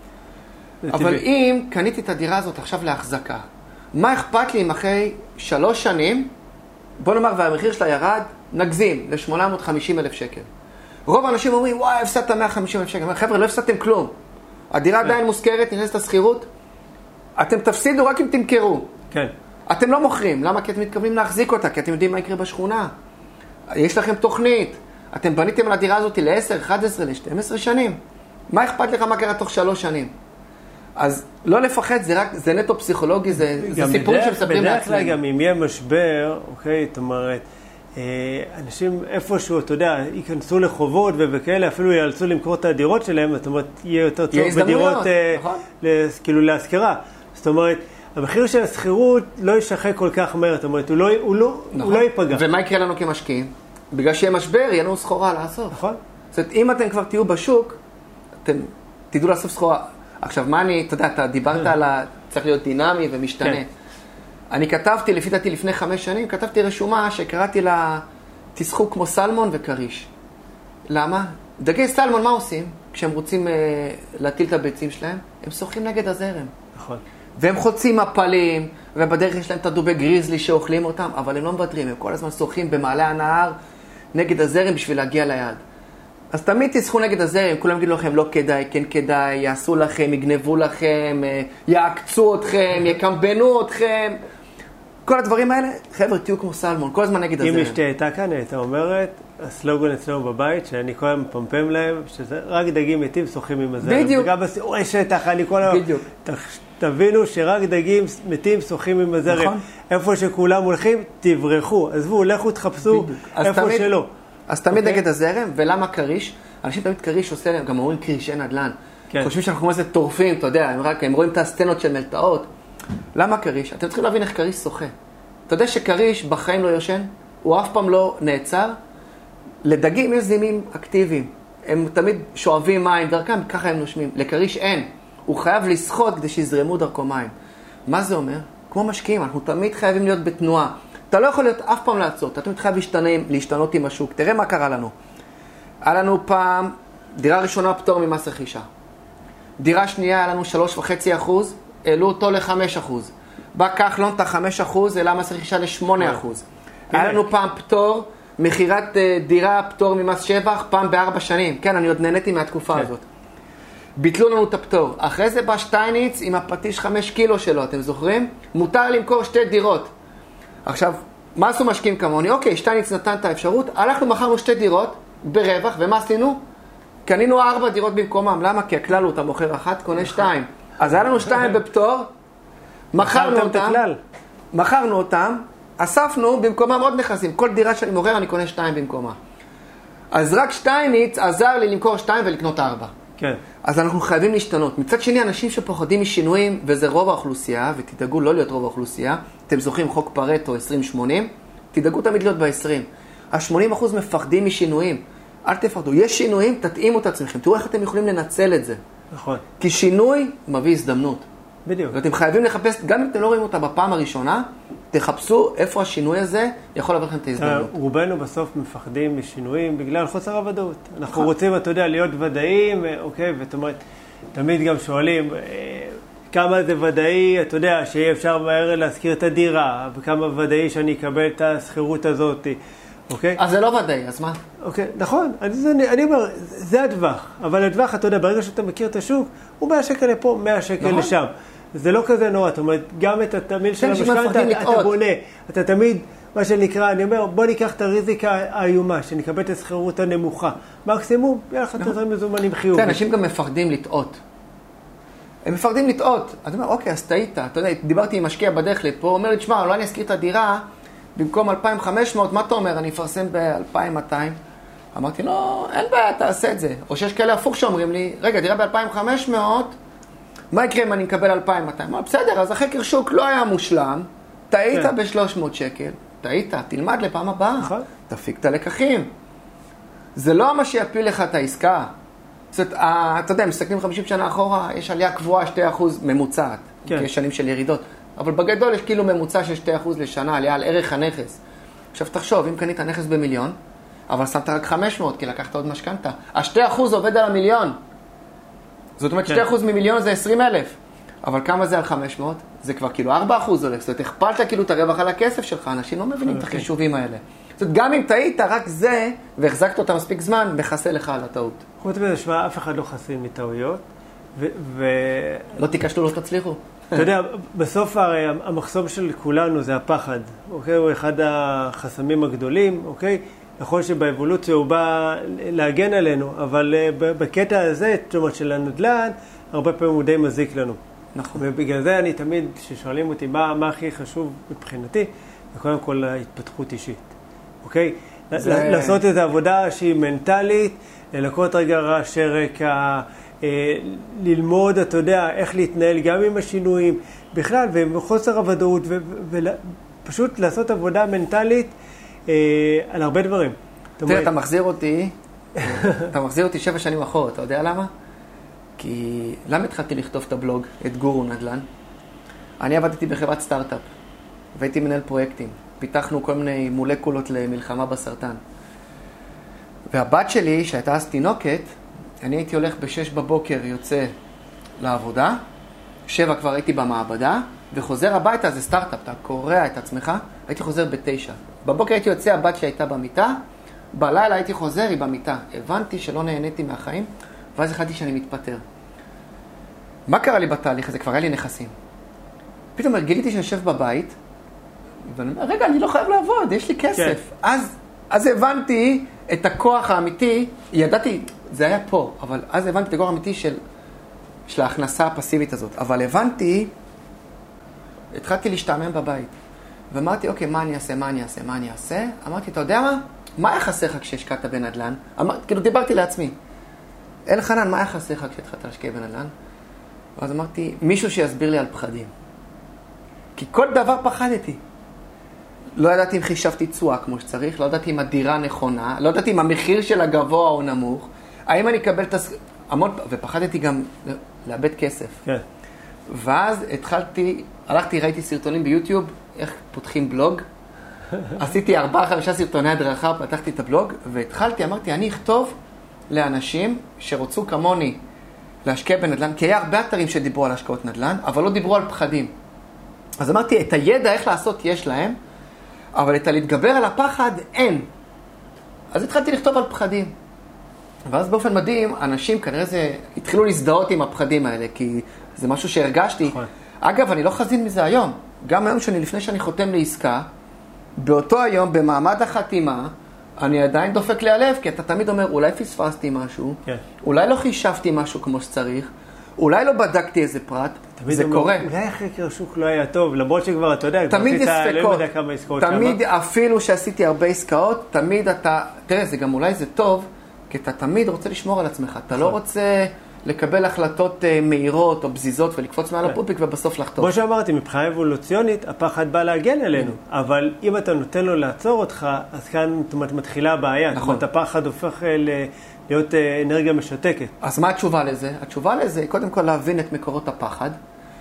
B: אבל אם קניתי את הדירה הזאת עכשיו להחזקה, מה אכפת לי אם אחרי 3 שנים, בוא נאמר, והמחיר שלה ירד, נגזים ל-850,000 שקל. רוב האנשים אומרים, וואי, הפסדת 150,000 שקל. חבר'ה, לא הפסדתם כלום. הדירה עדיין מוזכרת, נכנסת הסחירות, אתם תפסידו רק אם תמכרו.
A: כן.
B: אתם לא מוכרים. למה? כי אתם מתכוונים להחזיק אותה, כי אתם יודעים מה יקרה בשכונה. יש לכם תוכנית. אתם בניתם על הדירה הזאת ל-10, 11, ל-12 שנים. מה אכפת לך מה קרה תוך 3 שנים? אז לא לפחד, זה נטו פסיכולוגי, זה סיפורים שמספרים לעצמנו.
A: בדרך כלל גם אם יהיה משבר, אוקיי, זאת אומרת, אנשים איפשהו, אתה יודע, ייכנסו לחובות וכאלה, אפילו יאלצו למכור את הדירות שלהם, זאת אומרת, יהיה יותר טוב בדירות, כאילו להשכרה. זאת אומרת, המחיר של הסחירות לא יישחק כל כך מהר, זאת אומרת, הוא לא ייפגע.
B: ומה יקרה לנו כמשקיעים? בגלל שיהיה משבר, יהיה לנו סחורה לאסוף.
A: נכון.
B: זאת אומרת, אם אתם כבר תהיו בשוק, אתם תדעו לאסוף סחורה. עכשיו, מה אתה יודע, אתה דיברת על צריך להיות דינמי ומשתנה. אני כתבתי, לפי דעתי לפני 5 שנים, כתבתי רשומה שקראתי לה, תשחו כמו סלמון וקריש. למה? דגי סלמון, מה עושים? כשהם רוצים להטיל את הביצים שלהם, הם שוחים נגד הזרם.
A: נכון.
B: והם חוצים מפלים, ובדרך יש להם את הדובי גריזלי שאוכלים אותם, אבל הם לא מוותרים, הם כל הזמן שוחים במעלה הנהר נגד הזרם בשביל להגיע ליעד. אז תמיד תשחו נגד הזרם, כולם יגידו לכם לא כדאי, כן כדאי, יעשו לכם, יגנבו לכם, יעקצו אתכם, יקמבנו אתכם. כל הדברים האלה, חבר'ה, תהיו כמו סלמון, כל הזמן נגד הזרם.
A: אם אשתי הייתה כאן, הייתה אומרת, הסלוגן אצלנו בבית, שאני כל הזמן מפמפם להם, שזה רק דגים מתים שוחים עם הזרם.
B: בדיוק.
A: וגם בסיורי שטח, אני כל הזמן...
B: בדיוק.
A: תבינו שרק דגים מתים שוחים עם הזרם.
B: נכון.
A: איפה שכולם הולכים, תברחו. עזבו, לכו תחפשו איפה תמיד, שלא.
B: אז תמיד נגד הזרם, ולמה קריש? אנשים תמיד קריש עושה להם, גם אומרים קרישי נדל"ן. כן. חושבים שאנחנו כמו איזה טורפים, אתה יודע, הם רואים את הסצנות של מלטאות. למה קריש? אתם צריכים להבין איך קריש שוחה. אתה יודע שקריש בחיים לא יושן? הוא אף פעם לא נעצר. לדגים יש זימים אקטיביים. הם תמיד שואבים מים דרכם, ככה הם נושמים. לקריש אין. הוא חייב לשחות כדי שיזרמו דרכו מים. מה זה אומר? כמו משקיעים, אנחנו תמיד חייבים להיות בתנועה. אתה לא יכול להיות אף פעם לעצור, אתה תמיד חייב להשתנות עם השוק. תראה מה קרה לנו. היה לנו פעם דירה ראשונה פטור ממס רכישה. דירה שנייה היה לנו 3.5%, העלו אותו ל5%. בא כחלון את ה5%, העלה מס רכישה ל8%. היה לנו פעם פטור, מחירת דירה פטור ממס שבח, פעם ב4 שנים. כן, אני עוד נהניתי מהתקופה הזאת. ביטלו לנו את הפטור. אחרי זה בא שטייניץ עם הפטיש 5 קילו שלו, אתם זוכרים? מותר למכור 2 דירות. עכשיו, מה עשו משקיעים כמוני? אוקיי, שטייניץ נתן את האפשרות, הלכנו מכרנו 2 דירות ברווח, ומה עשינו? קנינו 4 דירות במקומם. למה? כי הכלל הוא, אתה מוכר 1, קונה 2. אז היה לנו 2 בפטור, מכרנו אותם, אספנו במקומם עוד נכסים. כל דירה שאני מוכר, אני קונה 2 במקומה. אז רק שטייניץ עזר לי למכור 2 ולקנות 4.
A: כן.
B: אז אנחנו חייבים להשתנות. מצד שני, אנשים שפוחדים משינויים, וזה רוב האוכלוסייה, ותדאגו לא להיות רוב האוכלוסייה, אתם זוכרים חוק פרטו 20-80, תדאגו תמיד להיות ב-20. ה-80% מפחדים משינויים. אל תפחדו. יש שינויים, תתאימו את עצמכם. תראו איך אתם יכולים לנצל את זה.
A: נכון.
B: כי שינוי מביא הזדמנות.
A: בדיוק.
B: ואתם חייבים לחפש, גם אם אתם לא רואים אותה בפעם הראשונה, תחפשו איפה השינוי הזה יכול להביא לכם את ההזדמנות.
A: רובנו בסוף מפחדים משינויים בגלל חוסר הוודאות. אנחנו רוצים, אתה יודע, להיות ודאיים, אוקיי, זאת אומרת, תמיד גם שואלים, כמה זה ודאי, אתה יודע, שיהיה אפשר מהר להזכיר את הדירה, וכמה ודאי שאני אקבל את הסחירות הזאת, אוקיי?
B: אז זה לא ודאי, אז מה?
A: אוקיי, נכון, אני אומר, זה הדווח, אבל הדווח, אתה יודע, ברגע שאתה מכיר את השוק, הוא 100 שקל לפה, 100 שקל לשם. זה לא כזה נורא, זאת אומרת, גם את התמיל של המשכנתא, אתה בונה, אתה תמיד, מה שנקרא, אני אומר, בוא ניקח את הריזיקה האיומה, שנקבל את הסחירות הנמוכה. מקסימום, יהיה לך תזרים מזומנים חיובי.
B: אנשים גם מפחדים לטעות. הם מפחדים לטעות. אתה אומר, אוקיי, אז טעית. אתה יודע, דיברתי עם משקיע בדרך לפה, הוא אומר לי, תשמע, אולי אני אזכיר את הדירה, במקום 2,500, מה אתה אומר? אני אפרסם ב-2,200. אמרתי, לא, אין בעיה, תעשה את זה. או שיש כאלה הפוך שאומרים לי, רגע, דירה ב-2,500, מה יקרה אם אני מקבל 2,200? בסדר, אז החקר שוק לא היה מושלם, טעית ב-300 שקל, טעית, תלמד לפעם הבאה, תפיק את הלקחים. זה לא מה שיפיל לך את העסקה. זאת אומרת, אתה יודע, מסתכלים 50 שנה אחורה, יש עלייה קבועה 2% ממוצעת, יש שנים של ירידות, אבל בגדול יש כאילו ממוצע של 2% לשנה, עלייה על ערך הנכס. עכשיו תחשוב, אם קנית נכס ב1,000,000, אבל שמת רק 500, כי לקחת עוד משכנתא, ה-2% עובד על 1,000,000. זאת אומרת, 2% מ1,000,000 זה 20,000. אבל כמה זה על 500? זה כבר כאילו 4% הולך. זאת אומרת, הכפלת כאילו את הרווח על הכסף שלך. אנשים לא מבינים את החישובים האלה. זאת אומרת, גם אם טעית, רק זה, והחזקת אותה מספיק זמן, מכסה לך על הטעות.
A: חוץ מזה, שמה, אף אחד לא חסין מטעויות.
B: לא תיקשתו, לא תצליחו.
A: אתה יודע, בסוף הרי המחסום של כולנו זה הפחד. אוקיי? הוא אחד החסמים הגדולים, אוקיי? נכון שבאבולוציה הוא בא להגן עלינו, אבל בקטע הזה, זאת אומרת, של הנדל"ן, הרבה פעמים הוא די מזיק לנו.
B: נכון.
A: ובגלל זה אני תמיד, כששואלים אותי מה הכי חשוב מבחינתי, זה קודם כל ההתפתחות אישית. אוקיי? לעשות איזו עבודה שהיא מנטלית, ללקות רגע רעשי רקע, ללמוד, אתה יודע, איך להתנהל גם עם השינויים, בכלל, ובחוסר הוודאות, ופשוט לעשות עבודה מנטלית על הרבה דברים.
B: תראה, אתה מחזיר אותי 7 שנים אחורה, אתה יודע למה? כי למה התחלתי לכתוב את הבלוג, את גורו נדל"ן? אני עבדתי בחברת סטארט-אפ, והייתי מנהל פרויקטים. פיתחנו כל מיני מולקולות למלחמה בסרטן. והבת שלי, שהייתה אז תינוקת, אני הייתי הולך ב6 בבוקר, יוצא לעבודה, 7 כבר הייתי במעבדה, וחוזר הביתה, זה סטארט-אפ, אתה קורע את עצמך, הייתי חוזר ב9. בבוקר הייתי יוצא, הבת שהייתה במיטה, בלילה הייתי חוזר, היא במיטה. הבנתי שלא נהניתי מהחיים, ואז החלטתי שאני מתפטר. מה קרה לי בתהליך הזה? כבר היה לי נכסים. פתאום גיליתי שאני יושב בבית, ואני אומר, רגע, אני לא חייב לעבוד, יש לי כסף. כן. אז הבנתי את הכוח האמיתי, ידעתי, זה היה פה, אבל אז הבנתי את הכוח האמיתי של ההכנסה הפסיבית הזאת. אבל הבנתי, התחלתי להשתעמם בבית. ואמרתי, אוקיי, מה אני אעשה? אמרתי, אתה יודע מה? מה היה חסר לך כשהשקעת בנדל"ן? כאילו, דיברתי לעצמי. אלחנן, מה היה חסר לך כשהתחלת להשקיע בנדל"ן? ואז אמרתי, מישהו שיסביר לי על פחדים. כי כל דבר פחדתי. לא ידעתי אם חישבתי תשואה כמו שצריך, לא ידעתי אם הדירה נכונה, לא ידעתי אם המחיר שלה גבוה או נמוך, האם אני אקבל ופחדתי גם לאבד כסף.
A: כן.
B: ואז ראיתי סרטונים ביוטיוב, איך פותחים בלוג, עשיתי 4-5 סרטוני הדרכה, פתחתי את הבלוג, אמרתי, אני אכתוב לאנשים שרוצו כמוני להשקיע בנדל"ן, כי היה הרבה אתרים שדיברו על השקעות נדל"ן, אבל לא דיברו על פחדים. אז אמרתי, את הידע איך לעשות יש להם, אבל את להתגבר על הפחד אין. אז התחלתי לכתוב על פחדים. ואז באופן מדהים, אנשים כנראה התחילו להזדהות עם הפחדים האלה, כי זה משהו שהרגשתי.
A: נכון.
B: אגב, אני לא חזין מזה היום. גם היום לפני שאני חותם לעסקה, באותו היום, במעמד החתימה, אני עדיין דופק לי הלב, כי אתה תמיד אומר, אולי פספסתי משהו,
A: כן.
B: אולי לא חישבתי משהו כמו שצריך, אולי לא בדקתי איזה פרט, זה קורה.
A: אולי החקר השוק לא היה טוב, למרות שכבר, אתה יודע,
B: תמיד יש ספקות, תמיד
A: שמה.
B: אפילו שעשיתי הרבה עסקאות, תמיד תראה, זה גם אולי זה טוב, כי אתה תמיד רוצה לשמור על עצמך, אתה לא רוצה לקבל החלטות מהירות או בזיזות ולקפוץ מעל הפופיק ובסוף לחתוך.
A: כמו שאמרתי, מבחינה אבולוציונית, הפחד בא להגן עלינו, אבל אם אתה נותן לו לעצור אותך, אז כאן מתחילה הבעיה.
B: נכון.
A: זאת אומרת, הפחד הופך להיות אנרגיה משתקת.
B: אז מה התשובה לזה? התשובה לזה היא קודם כל להבין את מקורות הפחד,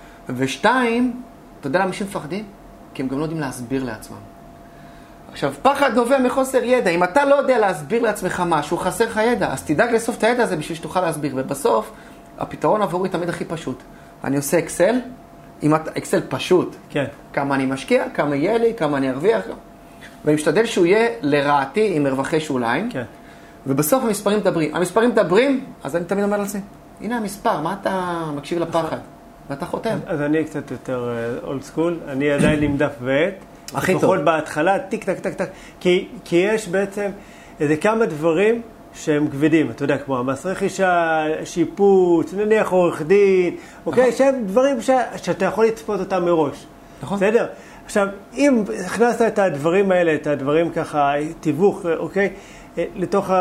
B: ושתיים, אתה יודע למה אנשים מפחדים? כי הם גם לא יודעים להסביר לעצמם. עכשיו, פחד נובע מחוסר ידע. אם אתה לא יודע להסביר לעצמך משהו, חסר לך ידע, אז תדאג לאסוף את הידע הזה בשביל שתוכל להסביר. ובסוף, הפתרון עבורי תמיד הכי פשוט. אני עושה אקסל, אקסל פשוט.
A: כן.
B: כמה אני משקיע, כמה יהיה לי, כמה אני ארוויח. ואני משתדל שהוא יהיה לרעתי עם מרווחי שוליים. כן. ובסוף המספרים מדברים. המספרים מדברים, אז אני תמיד אומר לעצמי, הנה המספר, מה אתה מקשיב לפחד? ואתה חותם.
A: אז אני קצת יותר אולד סקול, אני עדיין עם דף ועט.
B: הכי טוב.
A: לפחות בהתחלה, טיק, טק, טק, טק. כי יש בעצם איזה כמה דברים שהם כבדים, אתה יודע, כמו המס רכישה, שיפוץ, נניח עורך דין, אוקיי? שהם דברים שאתה יכול לצפות אותם מראש.
B: נכון.
A: בסדר? עכשיו, אם הכנסת את הדברים האלה, את הדברים ככה, תיווך, אוקיי? לתוך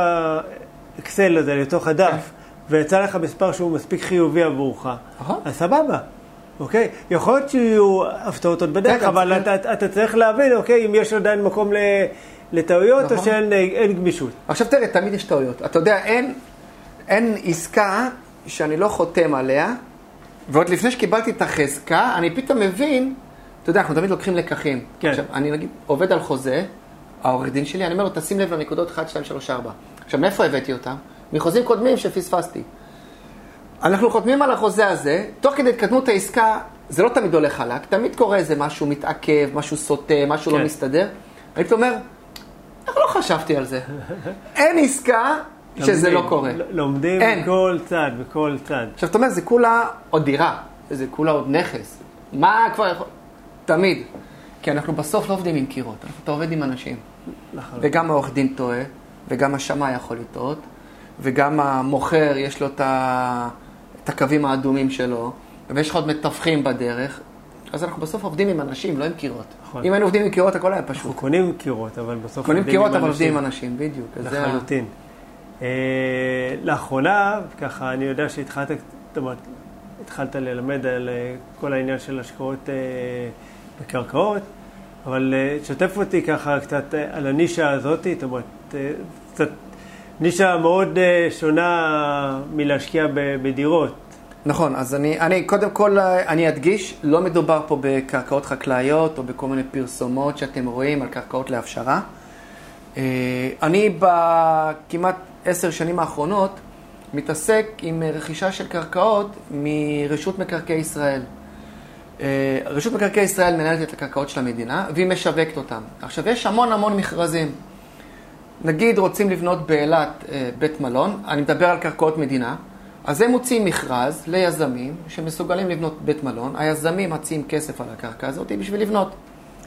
A: האקסל הזה, לתוך הדף, ויצא לך מספר שהוא מספיק חיובי עבורך, אז סבבה. אוקיי? יכול להיות שיהיו הפתעות עוד בדרך, אבל אתה צריך להבין, אוקיי, אם יש עדיין מקום לטעויות או שאין גמישות.
B: עכשיו תראה, תמיד יש טעויות. אתה יודע, אין עסקה שאני לא חותם עליה, ועוד לפני שקיבלתי את החזקה, אני פתאום מבין, אתה יודע, אנחנו תמיד לוקחים לקחים.
A: כן.
B: עכשיו, אני נגיד, עובד על חוזה, העורך דין שלי, אני אומר לו, תשים לב לנקודות 1, 2, 3, 4. עכשיו, מאיפה הבאתי אותם? מחוזים קודמים שפספסתי. אנחנו חותמים על החוזה הזה, תוך כדי התקדמות העסקה, זה לא תמיד הולך חלק, תמיד קורה איזה משהו מתעכב, משהו סוטה, משהו לא מסתדר. אני אומר, איך לא חשבתי על זה? אין עסקה שזה לא קורה.
A: לומדים בכל צד, בכל צד.
B: עכשיו, אתה אומר, זה כולה עוד דירה, זה כולה עוד נכס. מה כבר יכול... תמיד. כי אנחנו בסוף לא עובדים עם קירות, אתה עובד עם אנשים. וגם העורך דין טועה, וגם השמאי יכול לטעות, וגם המוכר יש לו את הקווים האדומים שלו, ויש לך עוד מתווכים בדרך, אז אנחנו בסוף עובדים עם אנשים, לא עם קירות. נכון. אם היינו עובדים עם קירות, הכל היה פשוט.
A: אנחנו קונים קירות, אבל בסוף
B: קונים קירות, אבל עובדים עם אנשים, בדיוק.
A: לחלוטין. לאחרונה, ככה, אני יודע שהתחלת ללמד על כל העניין של השקעות בקרקעות, אבל שתף אותי ככה קצת על הנישה הזאת, זאת אומרת, קצת נישה מאוד שונה מלהשקיע בדירות.
B: נכון, אז אני קודם כל, אני אדגיש, לא מדובר פה בקרקעות חקלאיות או בכל מיני פרסומות שאתם רואים על קרקעות להפשרה. אני בכמעט 10 שנים האחרונות מתעסק עם רכישה של קרקעות מרשות מקרקעי ישראל. רשות מקרקעי ישראל מנהלת את הקרקעות של המדינה והיא משווקת אותם. עכשיו יש המון מכרזים. נגיד רוצים לבנות באילת בית מלון, אני מדבר על קרקעות מדינה, אז הם מוציאים מכרז ליזמים שמסוגלים לבנות בית מלון, היזמים מציעים כסף על הקרקע הזאת בשביל לבנות.
A: כן.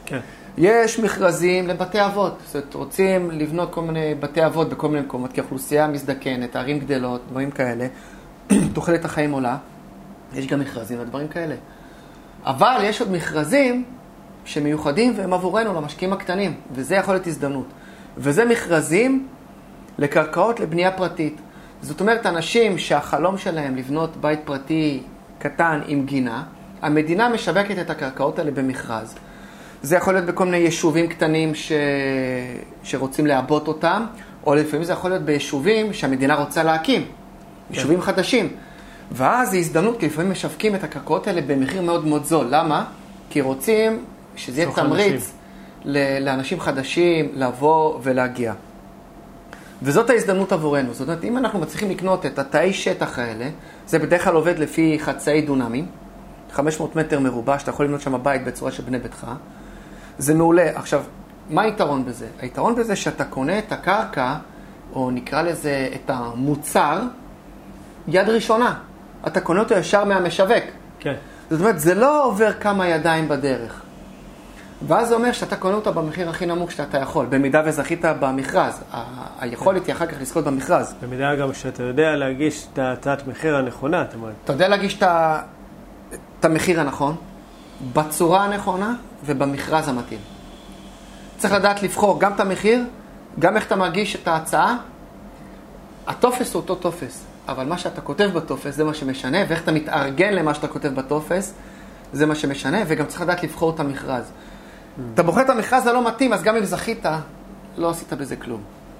B: יש מכרזים לבתי אבות. זאת אומרת, רוצים לבנות כל מיני בתי אבות בכל מיני מקומות, כי האוכלוסייה מזדקנת, הערים גדלות, דברים כאלה. תוחלת החיים עולה. יש גם מכרזים לדברים כאלה. אבל יש עוד מכרזים שמיוחדים והם עבורנו, למשקיעים הקטנים. וזה יכול להיות הזדמנות. וזה מכרזים לקרקעות לבנייה פרטית. זאת אומרת, אנשים שהחלום שלהם לבנות בית פרטי קטן עם גינה, המדינה משווקת את הקרקעות האלה במכרז. זה יכול להיות בכל מיני יישובים קטנים שרוצים לעבות אותם, או לפעמים זה יכול להיות ביישובים שהמדינה רוצה להקים, יישובים חדשים. ואז זו הזדמנות, כי לפעמים משווקים את הקרקעות האלה במחיר מאוד מאוד זול. למה? כי רוצים שזה יהיה תמריץ לאנשים חדשים לבוא ולהגיע. וזאת ההזדמנות עבורנו. זאת אומרת, אם אנחנו מצליחים לקנות את התאי שטח האלה, זה בדרך כלל עובד לפי חצאי דונמים, 500 מטר מרובע, שאתה יכול לבנות שם בית בצורה של בני ביתך. זה מעולה. עכשיו, מה היתרון בזה? היתרון בזה שאתה קונה את הקרקע, או נקרא לזה את המוצר, יד ראשונה. אתה קונה אותו ישר מהמשווק. כן. זאת אומרת, זה לא עובר כמה ידיים בדרך. ואז זה אומר שאתה קונה אותה במחיר הכי נמוך שאתה יכול, במידה וזכית במכרז. היכולת היא אחר כך לזכות במכרז.
A: במידה גם שאתה יודע להגיש את הצעת מחיר הנכונה, אתה אומר.
B: אתה יודע להגיש את המחיר הנכון, בצורה הנכונה ובמכרז המתאים. צריך לדעת לבחור גם את המחיר, גם איך אתה מגיש את ההצעה. הטופס הוא אותו טופס, אבל מה שאתה כותב בטופס זה מה שמשנה, ואיך אתה מתארגן למה שאתה כותב בטופס, זה מה שמשנה, וגם צריך לדעת לבחור את המכרז. אתה בוחר את המכרז הלא מתאים, אז גם אם זכית, לא עשית בזה כלום.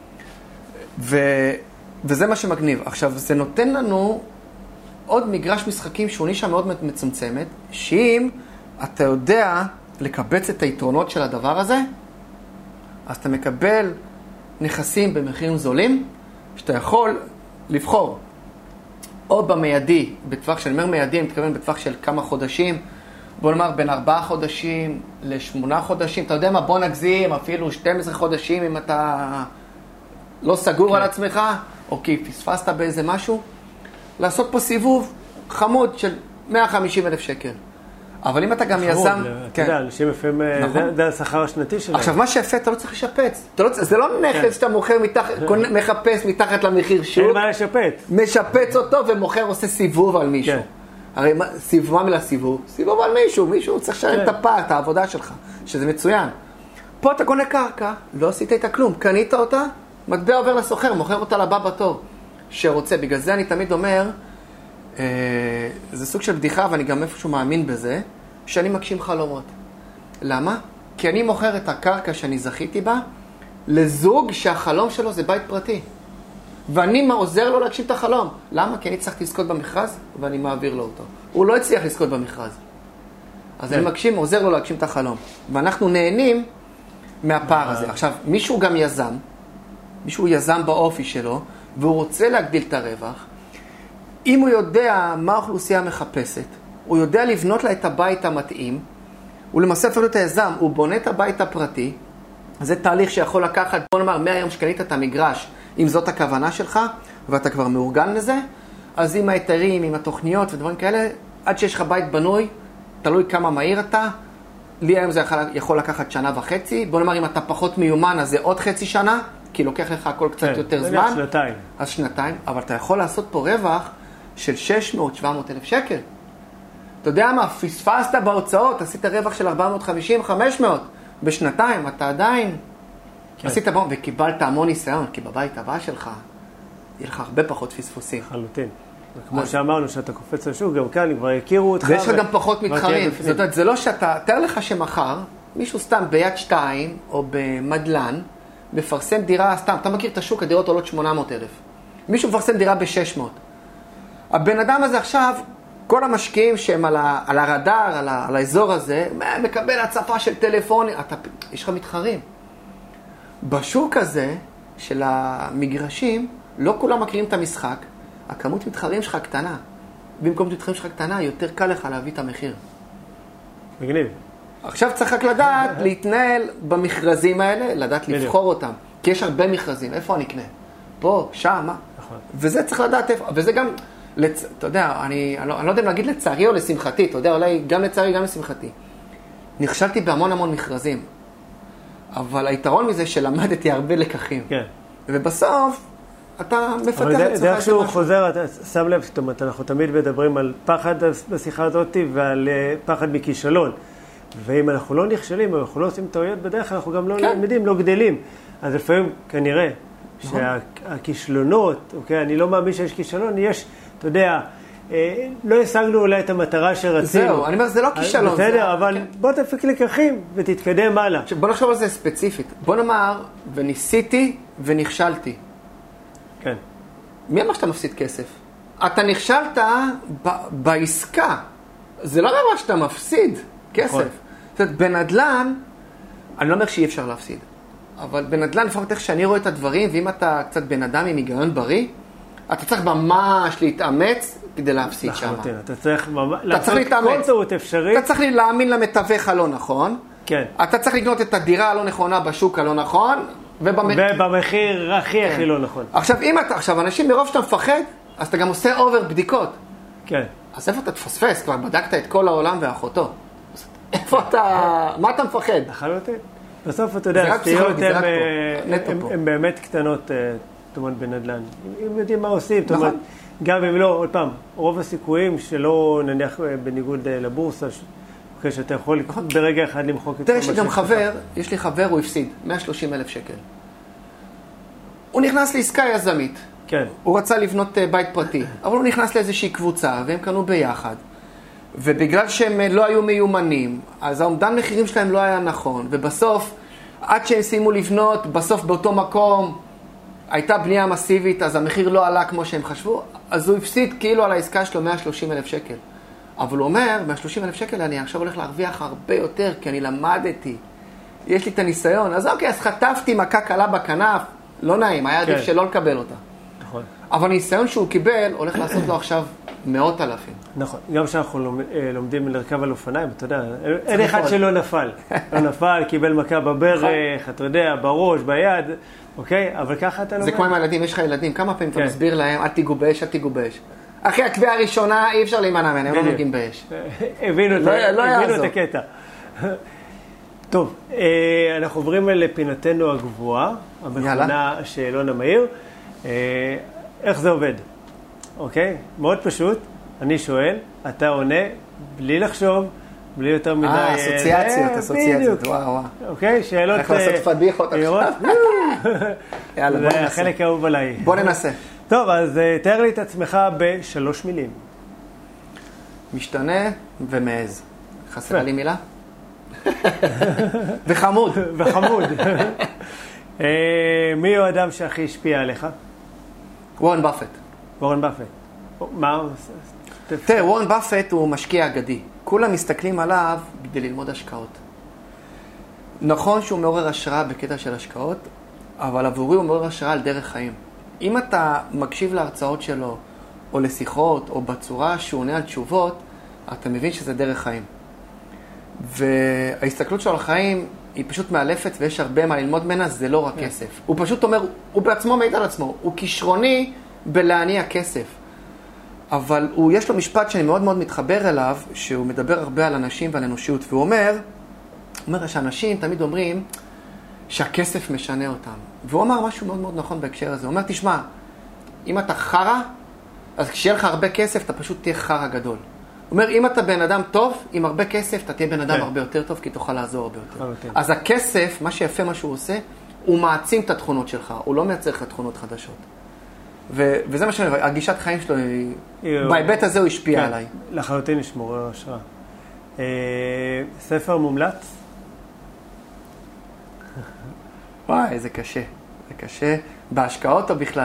B: וזה מה שמגניב. עכשיו, זה נותן לנו עוד מגרש משחקים שהוא נישה מאוד מצמצמת, שאם אתה יודע לקבץ את היתרונות של הדבר הזה, אז אתה מקבל נכסים במחירים זולים, שאתה יכול לבחור או במיידי, בטווח שאני אומר מיידי, אני מתכוון בטווח של כמה חודשים, בוא נאמר בין 4 חודשים ל8 חודשים, אתה יודע מה, בוא נגזים אפילו 12 חודשים אם אתה לא סגור על עצמך, או כי פספסת באיזה משהו, לעשות פה סיבוב חמוד של 150,000 שקל. אבל אם אתה גם יזם...
A: אתה יודע, אנשים לפעמים, זה השכר השנתי שלהם.
B: עכשיו, מה שיפה, אתה לא צריך לשפץ. זה לא נכס שאתה מוכר מחפש מתחת למחיר שוק.
A: אין מה לשפץ.
B: משפץ אותו ומוכר, עושה סיבוב על מישהו. הרי מה מילה סיבוב? סיבוב על מישהו צריך לשלם את הפער, את העבודה שלך, שזה מצוין. פה אתה קונה קרקע, לא עשית איתה כלום, קנית אותה, מטבע עובר לסוחר, מוכר אותה לבא בתור, שרוצה. בגלל זה אני תמיד אומר, זה סוג של בדיחה, ואני גם איפשהו מאמין בזה, שאני מגשים חלומות. למה? כי אני מוכר את הקרקע שאני זכיתי בה, לזוג שהחלום שלו זה בית פרטי. ואני עוזר לו להגשים את החלום. למה? כי אני צריך לזכות במכרז, ואני מעביר לו אותו. הוא לא הצליח לזכות במכרז. אז אני עוזר לו להגשים את החלום. ואנחנו נהנים מהפער הזה. עכשיו, מישהו גם יזם, מישהו יזם באופי שלו, והוא רוצה להגדיל את הרווח. אם הוא יודע מה האוכלוסייה מחפשת, הוא יודע לבנות לה את הבית המתאים, הוא למעשה אפילו את היזם, הוא בונה את הבית הפרטי, זה תהליך שיכול לקחת, בוא נאמר, מהיום שקנית את המגרש, אם זאת הכוונה שלך, ואתה כבר מאורגן לזה, אז עם ההיתרים, עם התוכניות ודברים כאלה, עד שיש לך בית בנוי, תלוי כמה מהיר אתה, לי היום זה יכול לקחת 1.5 שנה, בוא נאמר, אם אתה פחות מיומן, אז זה עוד חצי שנה, כי לוקח לך הכל קצת יותר זמן.
A: זה שנתיים.
B: אז שנתיים, אבל אתה יכול לעשות פה רווח של 600-700 אלף שקל. אתה יודע מה, פספסת בהוצאות, עשית רווח של 450-500 בשנתיים, אתה עדיין עשית בו, וקיבלת המון ניסיון, כי בבית הבא שלך, יהיה לך הרבה פחות פספוסים.
A: חלוטין. כמו שאמרנו, שאתה קופץ לשוק, גם כאן כבר הכירו אותך.
B: ויש לך גם פחות מתחרים. זאת אומרת, זה לא שאתה, תאר לך שמחר, מישהו סתם ביד 2 או במדלן, מפרסם דירה סתם, אתה מכיר את השוק, הדירות עולות 800,000. מישהו מפרסם דירה ב-600. הבן אדם הזה עכשיו, כל המשקיעים שהם על הרדאר, על האזור הזה, מקבל הצפה של טלפון, יש לך מתחרים. בשוק הזה של המגרשים, לא כולם מכירים את המשחק, הכמות מתחרים שלך קטנה. במקום מתחרים שלך קטנה, יותר קל לך להביא את המחיר.
A: מגניב.
B: עכשיו צריך רק לדעת להתנהל במכרזים האלה, לדעת לבחור אותם. כי יש הרבה מכרזים, איפה אני אקנה? פה, שם, מה? וזה צריך לדעת איפה, וזה גם, אתה יודע, אני לא יודע אם להגיד לצערי או לשמחתי, אתה יודע, אולי גם לצערי, גם לשמחתי. נכשלתי בהמון מכרזים. אבל היתרון מזה שלמדתי הרבה לקחים.
A: כן.
B: ובסוף, אתה מפתח את
A: אבל
B: עצמך.
A: זה איכשהו חוזר, אתה שם לב, זאת אומרת, אנחנו תמיד מדברים על פחד בשיחה הזאת ועל פחד מכישלון. ואם אנחנו לא נכשלים, אנחנו לא עושים טעויות בדרך כלל, אנחנו גם לא לומדים, לא גדלים. אז לפעמים כנראה שהכישלונות, אוקיי, אני לא מאמין שיש כישלון, יש, אתה יודע, לא השגנו אולי את המטרה שרצינו.
B: זהו, אני אומר, זה לא כישלון.
A: בסדר, אבל בוא תפיק לקחים ותתקדם הלאה.
B: בוא נחשוב על זה ספציפית. בוא נאמר, וניסיתי ונכשלתי.
A: כן.
B: מי אמר שאתה מפסיד כסף? אתה נכשלת בעסקה. זה לא דבר שאתה מפסיד כסף. זאת אומרת, בנדל"ן, אני לא אומר שאי אפשר להפסיד. אבל בנדל"ן, לפחות איך שאני רואה את הדברים, ואם אתה קצת בן אדם עם היגיון בריא, אתה צריך ממש להתאמץ כדי להפסיד שם.
A: אתה צריך
B: לעשות
A: כל טעות אפשרית.
B: אתה צריך להאמין למתווך הלא נכון.
A: כן.
B: אתה צריך לקנות את הדירה הלא נכונה בשוק הלא נכון.
A: ובמחיר הכי לא נכון.
B: עכשיו, אנשים מרוב שאתה מפחד, אז אתה גם עושה אובר בדיקות.
A: כן.
B: אז איפה אתה תפספס? כבר בדקת את כל העולם ואחותו. איפה אתה... מה אתה מפחד?
A: לחלוטין. בסוף אתה יודע, סטיות הן באמת קטנות, זאת אומרת, בנדל"ן. אם יודעים מה עושים, זאת אומרת, גם אם לא, עוד פעם, רוב הסיכויים שלא נניח בניגוד לבורסה, שאתה יכול ברגע אחד למחוק את כל מה
B: תראה, יש לי חבר, הוא הפסיד 130,000 שקל. הוא נכנס לעסקה יזמית.
A: כן.
B: הוא רצה לבנות בית פרטי, אבל הוא נכנס לאיזושהי קבוצה, והם קנו ביחד. ובגלל שהם לא היו מיומנים, אז האומדן מחירים שלהם לא היה נכון, ובסוף, עד שהם סיימו לבנות, בסוף באותו מקום, הייתה בנייה מסיבית, אז המחיר לא עלה כמו שהם חשבו, אז הוא הפסיד כאילו על העסקה שלו 130,000 שקל. אבל הוא אומר, 130,000 שקל אני עכשיו הולך להרוויח הרבה יותר, כי אני למדתי, יש לי את הניסיון, אז אוקיי, אז חטפתי מכה קלה בכנף, לא נעים, היה עדיף שלא לקבל אותה.
A: נכון.
B: אבל הניסיון שהוא קיבל, הולך לעשות לו עכשיו 100,000.
A: נכון, גם כשאנחנו לומדים לרכב על אופניים, אתה יודע, אין אחד שלא נפל. לא נפל, קיבל מכה בברך, אתה יודע, בראש, ביד, אוקיי? אבל ככה אתה לומד.
B: זה כמו עם הילדים, יש לך ילדים, כמה פעמים אתה מסביר להם, אל תיגעו באש, אל תיגעו באש. אחרי הקביעה הראשונה, אי אפשר להימנע ממנה, הם לא נוגעים באש.
A: הבינו את הקטע. טוב, אנחנו עוברים לפינתנו הגבוהה, המכונה שאלון המהיר. איך זה עובד? אוקיי? מאוד פשוט. אני שואל, אתה עונה, בלי לחשוב, בלי יותר מדי...
B: אסוציאציות, וואו.
A: אוקיי? שאלות...
B: איך לעשות פדיחות עכשיו. יאללה, בוא ננסה.
A: זה החלק האהוב עליי.
B: בוא ננסה.
A: טוב, אז תאר לי את עצמך ב3 מילים.
B: משתנה ומעז. חסרה לי מילה? וחמוד.
A: וחמוד. מי הוא האדם שהכי השפיע עליך?
B: וורן באפט.
A: וורן באפט. מה?
B: תראה, וורן באפט הוא משקיע אגדי. כולם מסתכלים עליו כדי ללמוד השקעות. נכון שהוא מעורר השראה בקטע של השקעות, אבל עבורי הוא מעורר השראה על דרך חיים. אם אתה מקשיב להרצאות שלו, או לשיחות, או בצורה שהוא עונה על תשובות, אתה מבין שזה דרך חיים. וההסתכלות שלו על חיים היא פשוט מאלפת, ויש הרבה מה ללמוד ממנה, זה לא רק כסף. הוא פשוט אומר, הוא בעצמו מעיד על עצמו, הוא כישרוני בלהניע כסף. אבל יש לו משפט שאני מאוד מאוד מתחבר אליו, שהוא מדבר הרבה על אנשים ועל אנושיות, והוא אומר שאנשים תמיד אומרים שהכסף משנה אותם. והוא אמר משהו מאוד מאוד נכון בהקשר הזה. הוא אומר, תשמע, אם אתה חרה, אז כשיהיה לך הרבה כסף, אתה פשוט תהיה חרה גדול. הוא אומר, אם אתה בן אדם טוב, עם הרבה כסף, אתה תהיה בן אדם הרבה יותר טוב, כי תוכל לעזור הרבה יותר. אז הכסף, מה שיפה מה שהוא עושה, הוא מעצים את התכונות שלך, הוא לא מייצר לך תכונות חדשות. וזה מה שאני אומר, הגישת חיים שלו, בהיבט הזה הוא השפיע עליי.
A: לחלוטין ישמור השראה. ספר מומלץ?
B: וואי, זה קשה. זה קשה. בהשקעות או בכלל?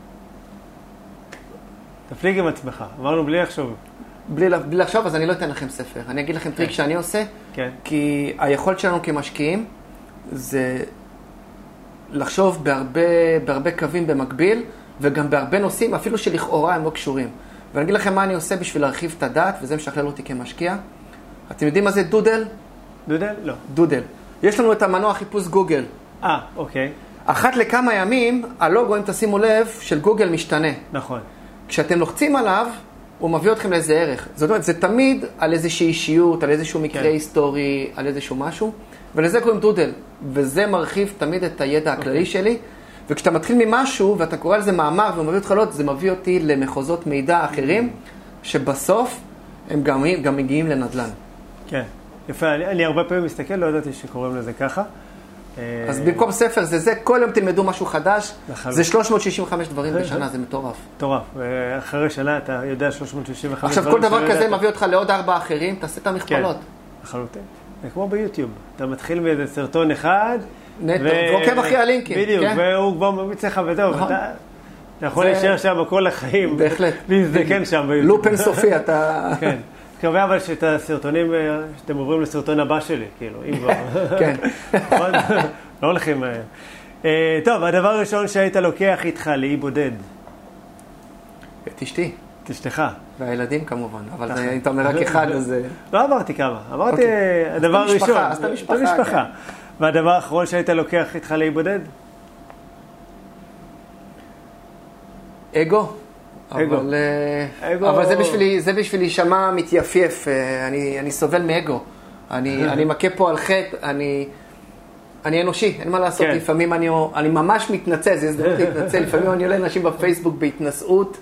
A: תפליג עם עצמך. אמרנו בלי לחשוב.
B: בלי לחשוב, אז אני לא אתן לכם ספר. אני אגיד לכם טריק שאני עושה.
A: כן.
B: כי היכולת שלנו כמשקיעים זה לחשוב בהרבה קווים במקביל, וגם בהרבה נושאים, אפילו שלכאורה הם לא קשורים. ואני אגיד לכם מה אני עושה בשביל להרחיב את הדעת, וזה משכלל אותי כמשקיע. אתם יודעים מה זה דודל?
A: דודל? לא.
B: דודל. יש לנו את המנוע חיפוש גוגל.
A: אוקיי.
B: אחת לכמה ימים, הלוגו, אם תשימו לב, של גוגל משתנה.
A: נכון.
B: כשאתם לוחצים עליו, הוא מביא אתכם לאיזה ערך. זאת אומרת, זה תמיד על איזושהי אישיות, על איזשהו מקרה היסטורי, על איזשהו משהו. ולזה קוראים דודל. וזה מרחיב תמיד את הידע הכללי שלי. וכשאתה מתחיל ממשהו, ואתה קורא לזה מאמר ומביא אותך לעוד, זה מביא אותי למחוזות מידע אחרים, שבסוף הם גם מגיעים לנדל"ן.
A: כן, יפה. אני הרבה פעמים מסתכל, לא ידעתי שקוראים לזה ככה.
B: אז במקום ספר זה, כל יום תלמדו משהו חדש, זה 365 דברים בשנה, זה מטורף.
A: מטורף, ואחרי שנה אתה יודע 365
B: עכשיו, כל דבר כזה מביא אותך לעוד 4 אחרים, תעשה את המכפלות.
A: כן, לחלוטין. זה כמו ביוטיוב, אתה מתחיל מאיזה סרטון אחד,
B: נטו, ועוקב אחרי הלינקים.
A: בדיוק, והוא כבר ממיץ לך ודאו, אתה יכול להישאר שם כל החיים.
B: בהחלט.
A: להזדקן שם ביוטיוב.
B: לופ אינסופי, אתה...
A: כן. מקווה אבל שאת הסרטונים, שאתם עוברים לסרטון הבא שלי, כאילו, אם כבר.
B: כן.
A: לא הולכים... טוב, הדבר הראשון שהיית לוקח איתך לאי בודד.
B: את אשתי.
A: את אשתך.
B: והילדים כמובן, אבל אם אתה אומר רק אחד, אז...
A: לא אמרתי כמה, אמרתי הדבר הראשון.
B: אז אתה משפחה.
A: והדבר האחרון שהיית לוקח איתך לאי בודד?
B: אגו. אבל זה בשביל להישמע מתייפייף, אני סובל מאגו. אני מכה פה על חטא, אני אנושי, אין מה לעשות. לפעמים אני ממש מתנצל, זה הזדמנות להתנצל, לפעמים אני עולה אנשים בפייסבוק בהתנסות,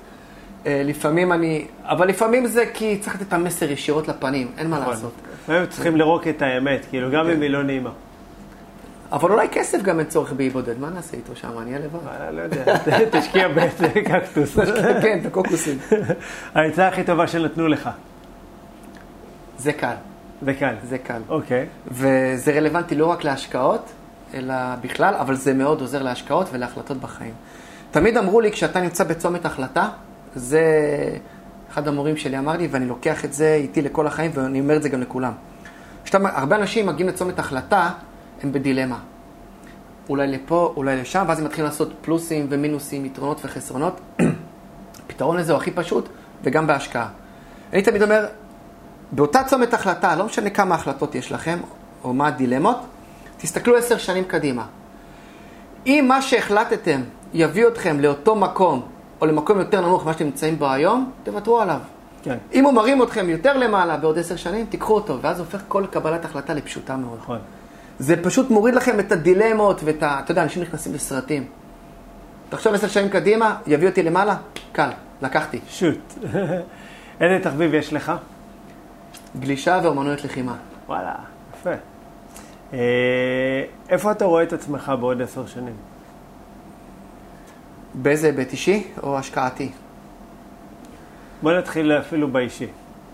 B: אבל לפעמים זה כי צריך לתת את המסר ישירות לפנים, אין מה לעשות.
A: לפעמים צריכים לרוק את האמת, כאילו גם אם היא לא נעימה.
B: אבל אולי כסף גם אין צורך באי בודד, מה נעשה איתו שם? אני אהיה לבד.
A: לא יודע, תשקיע בקקטוס.
B: כן, את הקוקוסים.
A: העצה הכי טובה שנתנו לך.
B: זה קל.
A: זה קל.
B: זה קל.
A: אוקיי.
B: וזה רלוונטי לא רק להשקעות, אלא בכלל, אבל זה מאוד עוזר להשקעות ולהחלטות בחיים. תמיד אמרו לי, כשאתה נמצא בצומת החלטה, זה אחד המורים שלי אמר לי, ואני לוקח את זה איתי לכל החיים, ואני אומר את זה גם לכולם. הרבה אנשים מגיעים לצומת החלטה, הם בדילמה. אולי לפה, אולי לשם, ואז הם מתחילים לעשות פלוסים ומינוסים, יתרונות וחסרונות. הפתרון לזה הוא הכי פשוט, וגם בהשקעה. אני תמיד אומר, באותה צומת החלטה, לא משנה כמה החלטות יש לכם, או מה הדילמות, תסתכלו 10 שנים קדימה. אם מה שהחלטתם יביא אתכם לאותו מקום, או למקום יותר נמוך ממה שאתם נמצאים בו היום, תוותרו עליו.
A: כן.
B: אם הוא מרים אתכם יותר למעלה בעוד 10 שנים, תיקחו אותו, ואז הופך כל קבלת החלטה לפשוטה מאוד.
A: נכון.
B: זה פשוט מוריד לכם את הדילמות ואת אתה יודע, אנשים נכנסים לסרטים. תחשוב 10 שנים קדימה, יביא אותי למעלה, קל, לקחתי.
A: שוט. איזה תחביב יש לך?
B: גלישה ואומנויות לחימה.
A: וואלה, יפה. איפה אתה רואה את עצמך בעוד 10 שנים?
B: באיזה היבט אישי או השקעתי?
A: בוא נתחיל אפילו באישי.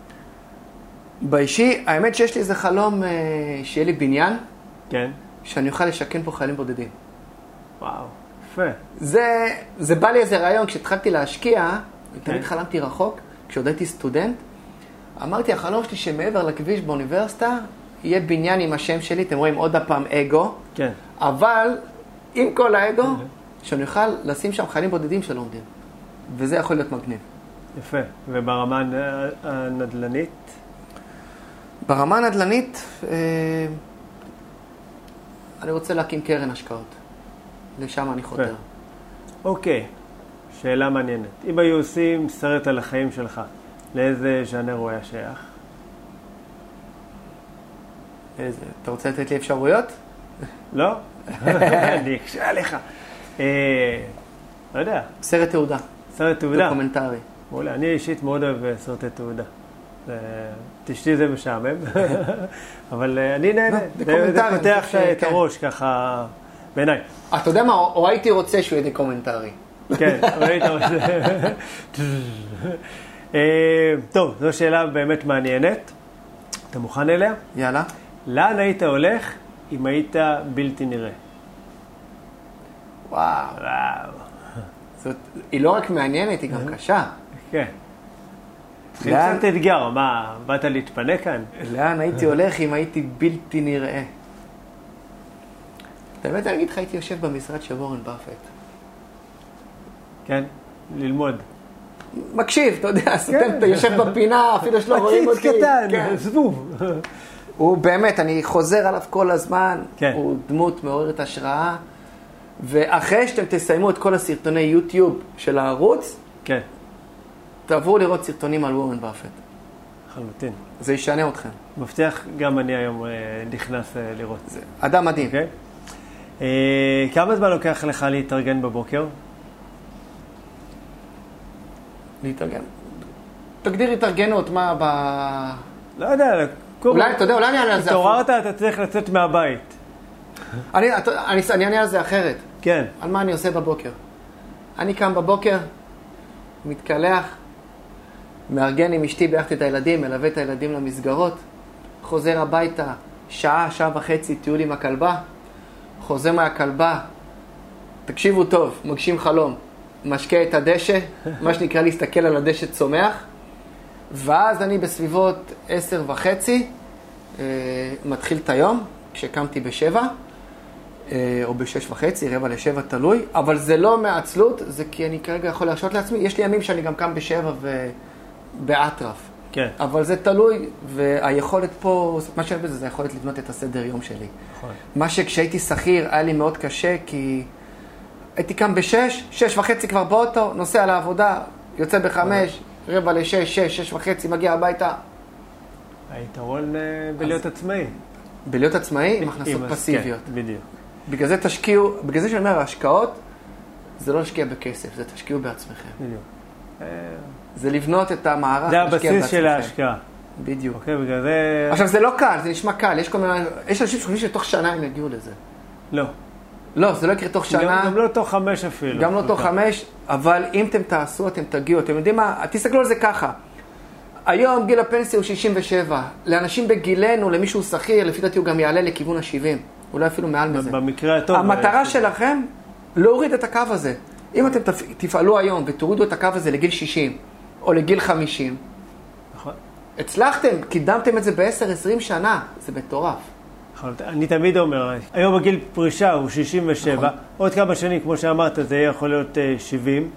B: באישי, האמת שיש לי איזה חלום שיהיה לי בניין.
A: כן.
B: שאני אוכל לשכן פה חיילים בודדים.
A: וואו, יפה.
B: זה בא לי איזה רעיון, כשהתחלתי להשקיע, תמיד חלמתי רחוק, כשעוד הייתי סטודנט, אמרתי, החלום שלי שמעבר לכביש באוניברסיטה, יהיה בניין עם השם שלי, אתם רואים עוד הפעם אגו,
A: כן.
B: אבל עם כל האגו, שאני אוכל לשים שם חיילים בודדים שלומדים. וזה יכול להיות מגניב.
A: יפה. וברמה הנדל"נית?
B: ברמה הנדל"נית, אני רוצה להקים קרן השקעות. לשם אני חותר.
A: אוקיי, שאלה מעניינת. אם היו עושים סרט על החיים שלך, לאיזה ז'אנר הוא היה שייך?
B: אתה רוצה לתת לי אפשרויות?
A: לא? אני אקשה עליך. לא יודע.
B: סרט תעודה.
A: סרט תעודה.
B: דוקומנטרי.
A: מעולה, אני אישית מאוד אוהב סרטי תעודה. תשתי זה משעמם, אבל אני נהנה. זה פותח את הראש ככה בעיניי.
B: אתה יודע מה, או הייתי רוצה שהוא יהיה דוקומנטרי.
A: כן, אבל הייתי רוצה. טוב, זו שאלה באמת מעניינת. אתה מוכן אליה?
B: יאללה.
A: לאן היית הולך אם היית בלתי נראה?
B: וואו. היא לא רק מעניינת, היא גם קשה.
A: כן. צריכים קצת אתגר, מה, באת להתפנק כאן?
B: לאן הייתי הולך אם הייתי בלתי נראה? באמת אני אגיד לך, הייתי יושב במשרד של וורן באפט.
A: כן? ללמוד.
B: מקשיב, אתה יודע, אתה יושב בפינה, אפילו שלא רואים אותי.
A: עציץ קטן, זבוב.
B: הוא באמת, אני חוזר עליו כל הזמן, הוא דמות מעוררת השראה, ואחרי שאתם תסיימו את כל הסרטוני יוטיוב של הערוץ, תעברו לראות סרטונים על וורן באפט.
A: חלוטין.
B: זה ישנה אתכם.
A: מבטיח, גם אני היום נכנס לראות.
B: זה אדם מדהים.
A: Okay. כמה זמן לוקח לך להתארגן בבוקר?
B: להתארגן? תגדיר התארגנות, מה ב...
A: לא יודע,
B: אולי, אתה יודע, אולי אני אענה על זה.
A: התעוררת, אתה צריך לצאת מהבית.
B: אני אענה על זה אחרת.
A: כן.
B: על מה אני עושה בבוקר. אני קם בבוקר, מתקלח, מארגן עם אשתי ביחד את הילדים, מלווה את הילדים למסגרות, חוזר הביתה, שעה וחצי טיול עם הכלבה, חוזר מהכלבה, תקשיבו טוב, מגשים חלום, משקה את הדשא, מה שנקרא להסתכל על הדשא צומח, ואז אני בסביבות 10:30 מתחיל את היום, כשקמתי ב7, או ב6:30, 6:45, תלוי, אבל זה לא מעצלות, זה כי אני כרגע יכול להרשות לעצמי, יש לי ימים שאני גם קם ב7 ובאטרף.
A: כן.
B: אבל זה תלוי, והיכולת פה, מה שאני בזה, זה היכולת לבנות את הסדר יום שלי.
A: נכון.
B: מה שכשהייתי שכיר היה לי מאוד קשה, כי הייתי קם ב6, 6:30 כבר באוטו, נוסע לעבודה, יוצא ב5, 5:45, 6:30, מגיע הביתה.
A: היתרון בלהיות עצמאי.
B: בלהיות עצמאי עם הכנסות פסיביות.
A: כן, בדיוק.
B: בגלל זה תשקיעו, בגלל זה שאני אומר, ההשקעות, זה לא להשקיע בכסף, זה תשקיעו בעצמכם.
A: בדיוק.
B: זה לבנות את המערך,
A: זה הבסיס של ההשקעה.
B: בדיוק.
A: אוקיי, בגלל זה...
B: עכשיו, זה לא קל, זה נשמע קל. יש אנשים שחושבים שתוך שנה הם יגיעו לזה.
A: לא.
B: לא, זה לא יקרה תוך שנה.
A: גם לא תוך 5 אפילו.
B: גם לא תוך 5, אבל אם אתם תעשו, אתם תגיעו. אתם יודעים מה? תסתכלו על זה ככה. היום גיל הפנסיה הוא 67. לאנשים בגילנו, למישהו שכיר, לפי דעתי הוא גם יעלה לכיוון ה-70. אולי אפילו מעל מזה.
A: במקרה הטוב.
B: המטרה שלכם, להוריד את הקו הזה. אם אתם תפעלו היום ותורידו את הקו הזה לגיל 60, או לגיל 50,
A: נכון.
B: הצלחתם, קידמתם את זה ב10-20 שנה. זה מטורף.
A: אני תמיד אומר, היום הגיל פרישה הוא 67, נכון. עוד כמה שנים, כמו שאמרת, זה יכול להיות 70,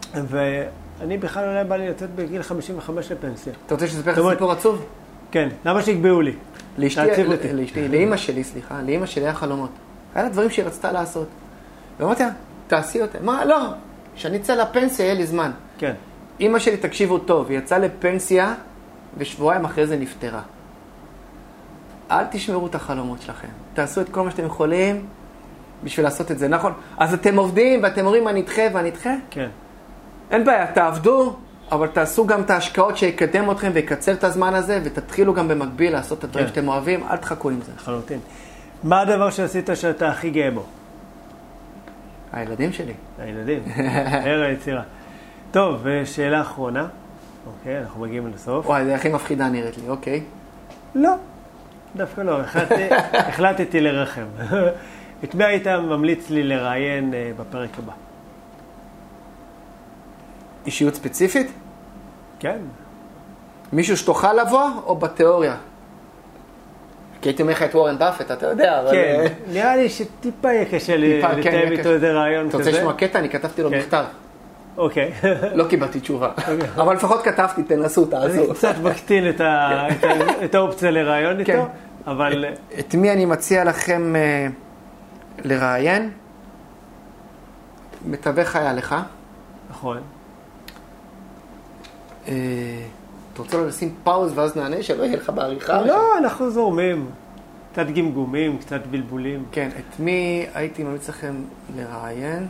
A: ואני בכלל אולי בא לי לצאת בגיל 55 לפנסיה.
B: אתה רוצה שתספר לך סיפור עצוב?
A: כן, למה שיקבעו לי?
B: לאמא שלי, לאמא שלי היה חלומות. היה לה דברים שהיא רצתה לעשות. ואמרתי לה, תעשי אותם. מה? לא, כשאני אצא לפנסיה יהיה לי זמן.
A: כן.
B: אמא שלי, תקשיבו טוב, היא יצאה לפנסיה, ושבועיים אחרי זה נפטרה. אל תשמרו את החלומות שלכם. תעשו את כל מה שאתם יכולים בשביל לעשות את זה. נכון? אז אתם עובדים ואתם אומרים, אני אדחה ואני אדחה?
A: כן.
B: אין בעיה, תעבדו, אבל תעשו גם את ההשקעות שיקדם אתכם ויקצר את הזמן הזה, ותתחילו גם במקביל לעשות את הדברים שאתם אוהבים. אל תחכו עם זה.
A: חלוטין. מה הדבר שעשית שאתה הכי גאה בו?
B: הילדים שלי.
A: הילדים. ער היצירה. טוב, ושאלה אחרונה. אוקיי, אנחנו מגיעים לסוף.
B: וואי, זה הכי מפחידה נראית לי, אוקיי.
A: לא, דווקא לא. החלטתי לרחם. את מי היית ממליץ לי לראיין בפרק הבא?
B: אישיות ספציפית?
A: כן.
B: מישהו שתוכל לבוא או בתיאוריה? כי הייתי אומר לך את וורן באפט, אתה יודע, אבל...
A: כן, נראה לי שטיפה יהיה קשה לתאם איתו איזה רעיון כזה.
B: אתה רוצה לשמוע קטע? אני כתבתי לו מכתב.
A: אוקיי.
B: לא קיבלתי תשובה. אבל לפחות כתבתי, תנסו, תעשו.
A: אני קצת מקטין את האופציה לרעיון איתו, אבל...
B: את מי אני מציע לכם לראיין? מתווך היה לך.
A: נכון.
B: אתה רוצה לו לשים פאוז ואז נענה שלא יהיה לך בעריכה?
A: לא, אנחנו זורמים. קצת גמגומים, קצת בלבולים.
B: כן, את מי הייתי ממליץ לכם לראיין?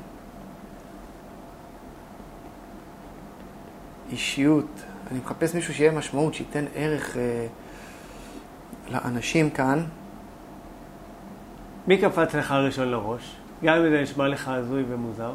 B: אישיות. אני מחפש מישהו שיהיה משמעות, שייתן ערך לאנשים כאן.
A: מי קפץ לך ראשון לראש? גם אם זה נשמע לך הזוי ומוזר.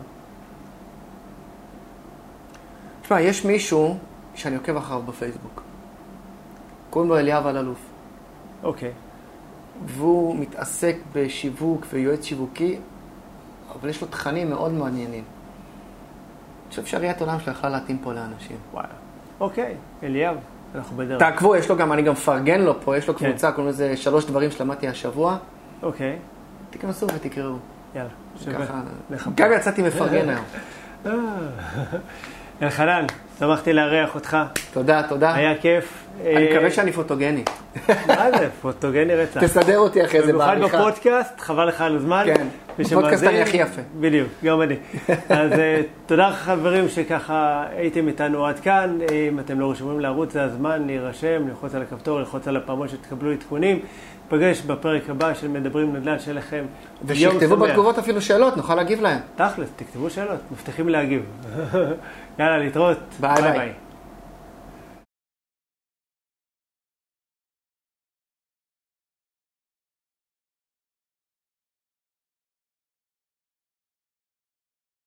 B: תשמע, יש מישהו שאני עוקב אחריו בפייסבוק. קוראים לו אליאב אלאלוף.
A: אוקיי.
B: והוא מתעסק בשיווק ויועץ שיווקי, אבל יש לו תכנים מאוד מעניינים. אני חושב שהראיית עולם שלו יכלה להתאים פה לאנשים.
A: וואלה. אוקיי, אליאב, אנחנו בדרך.
B: תעקבו, יש לו גם, אני גם פרגן לו פה, יש לו קבוצה, קוראים לזה 3 דברים שלמדתי השבוע.
A: אוקיי.
B: תיכנסו ותקראו.
A: יאללה, שווה.
B: גם יצאתי מפרגן היום.
A: אלחנן, שמחתי לארח אותך.
B: תודה, תודה.
A: היה כיף.
B: אני מקווה שאני פוטוגני.
A: מה זה? פוטוגני רצח.
B: תסדר אותי אחרי זה בעריכה.
A: במיוחד בפודקאסט, חבל לך על הזמן.
B: כן, בפודקאסט אני הכי יפה.
A: בדיוק, גם אני. אז תודה לך חברים שככה הייתם איתנו עד כאן. אם אתם לא רשומים לערוץ, זה הזמן להירשם, ללחוץ על הכפתור, ללחוץ על הפעמון שתקבלו עדכונים. פגש בפרק הבא של מדברים נדל"ן שלכם.
B: ושכתבו בתגובות אפילו שאלות, נוכל להגיב להם.
A: תכלס, תכתבו שאלות, מבטיחים להגיב. יאללה, להתראות.
B: ביי ביי.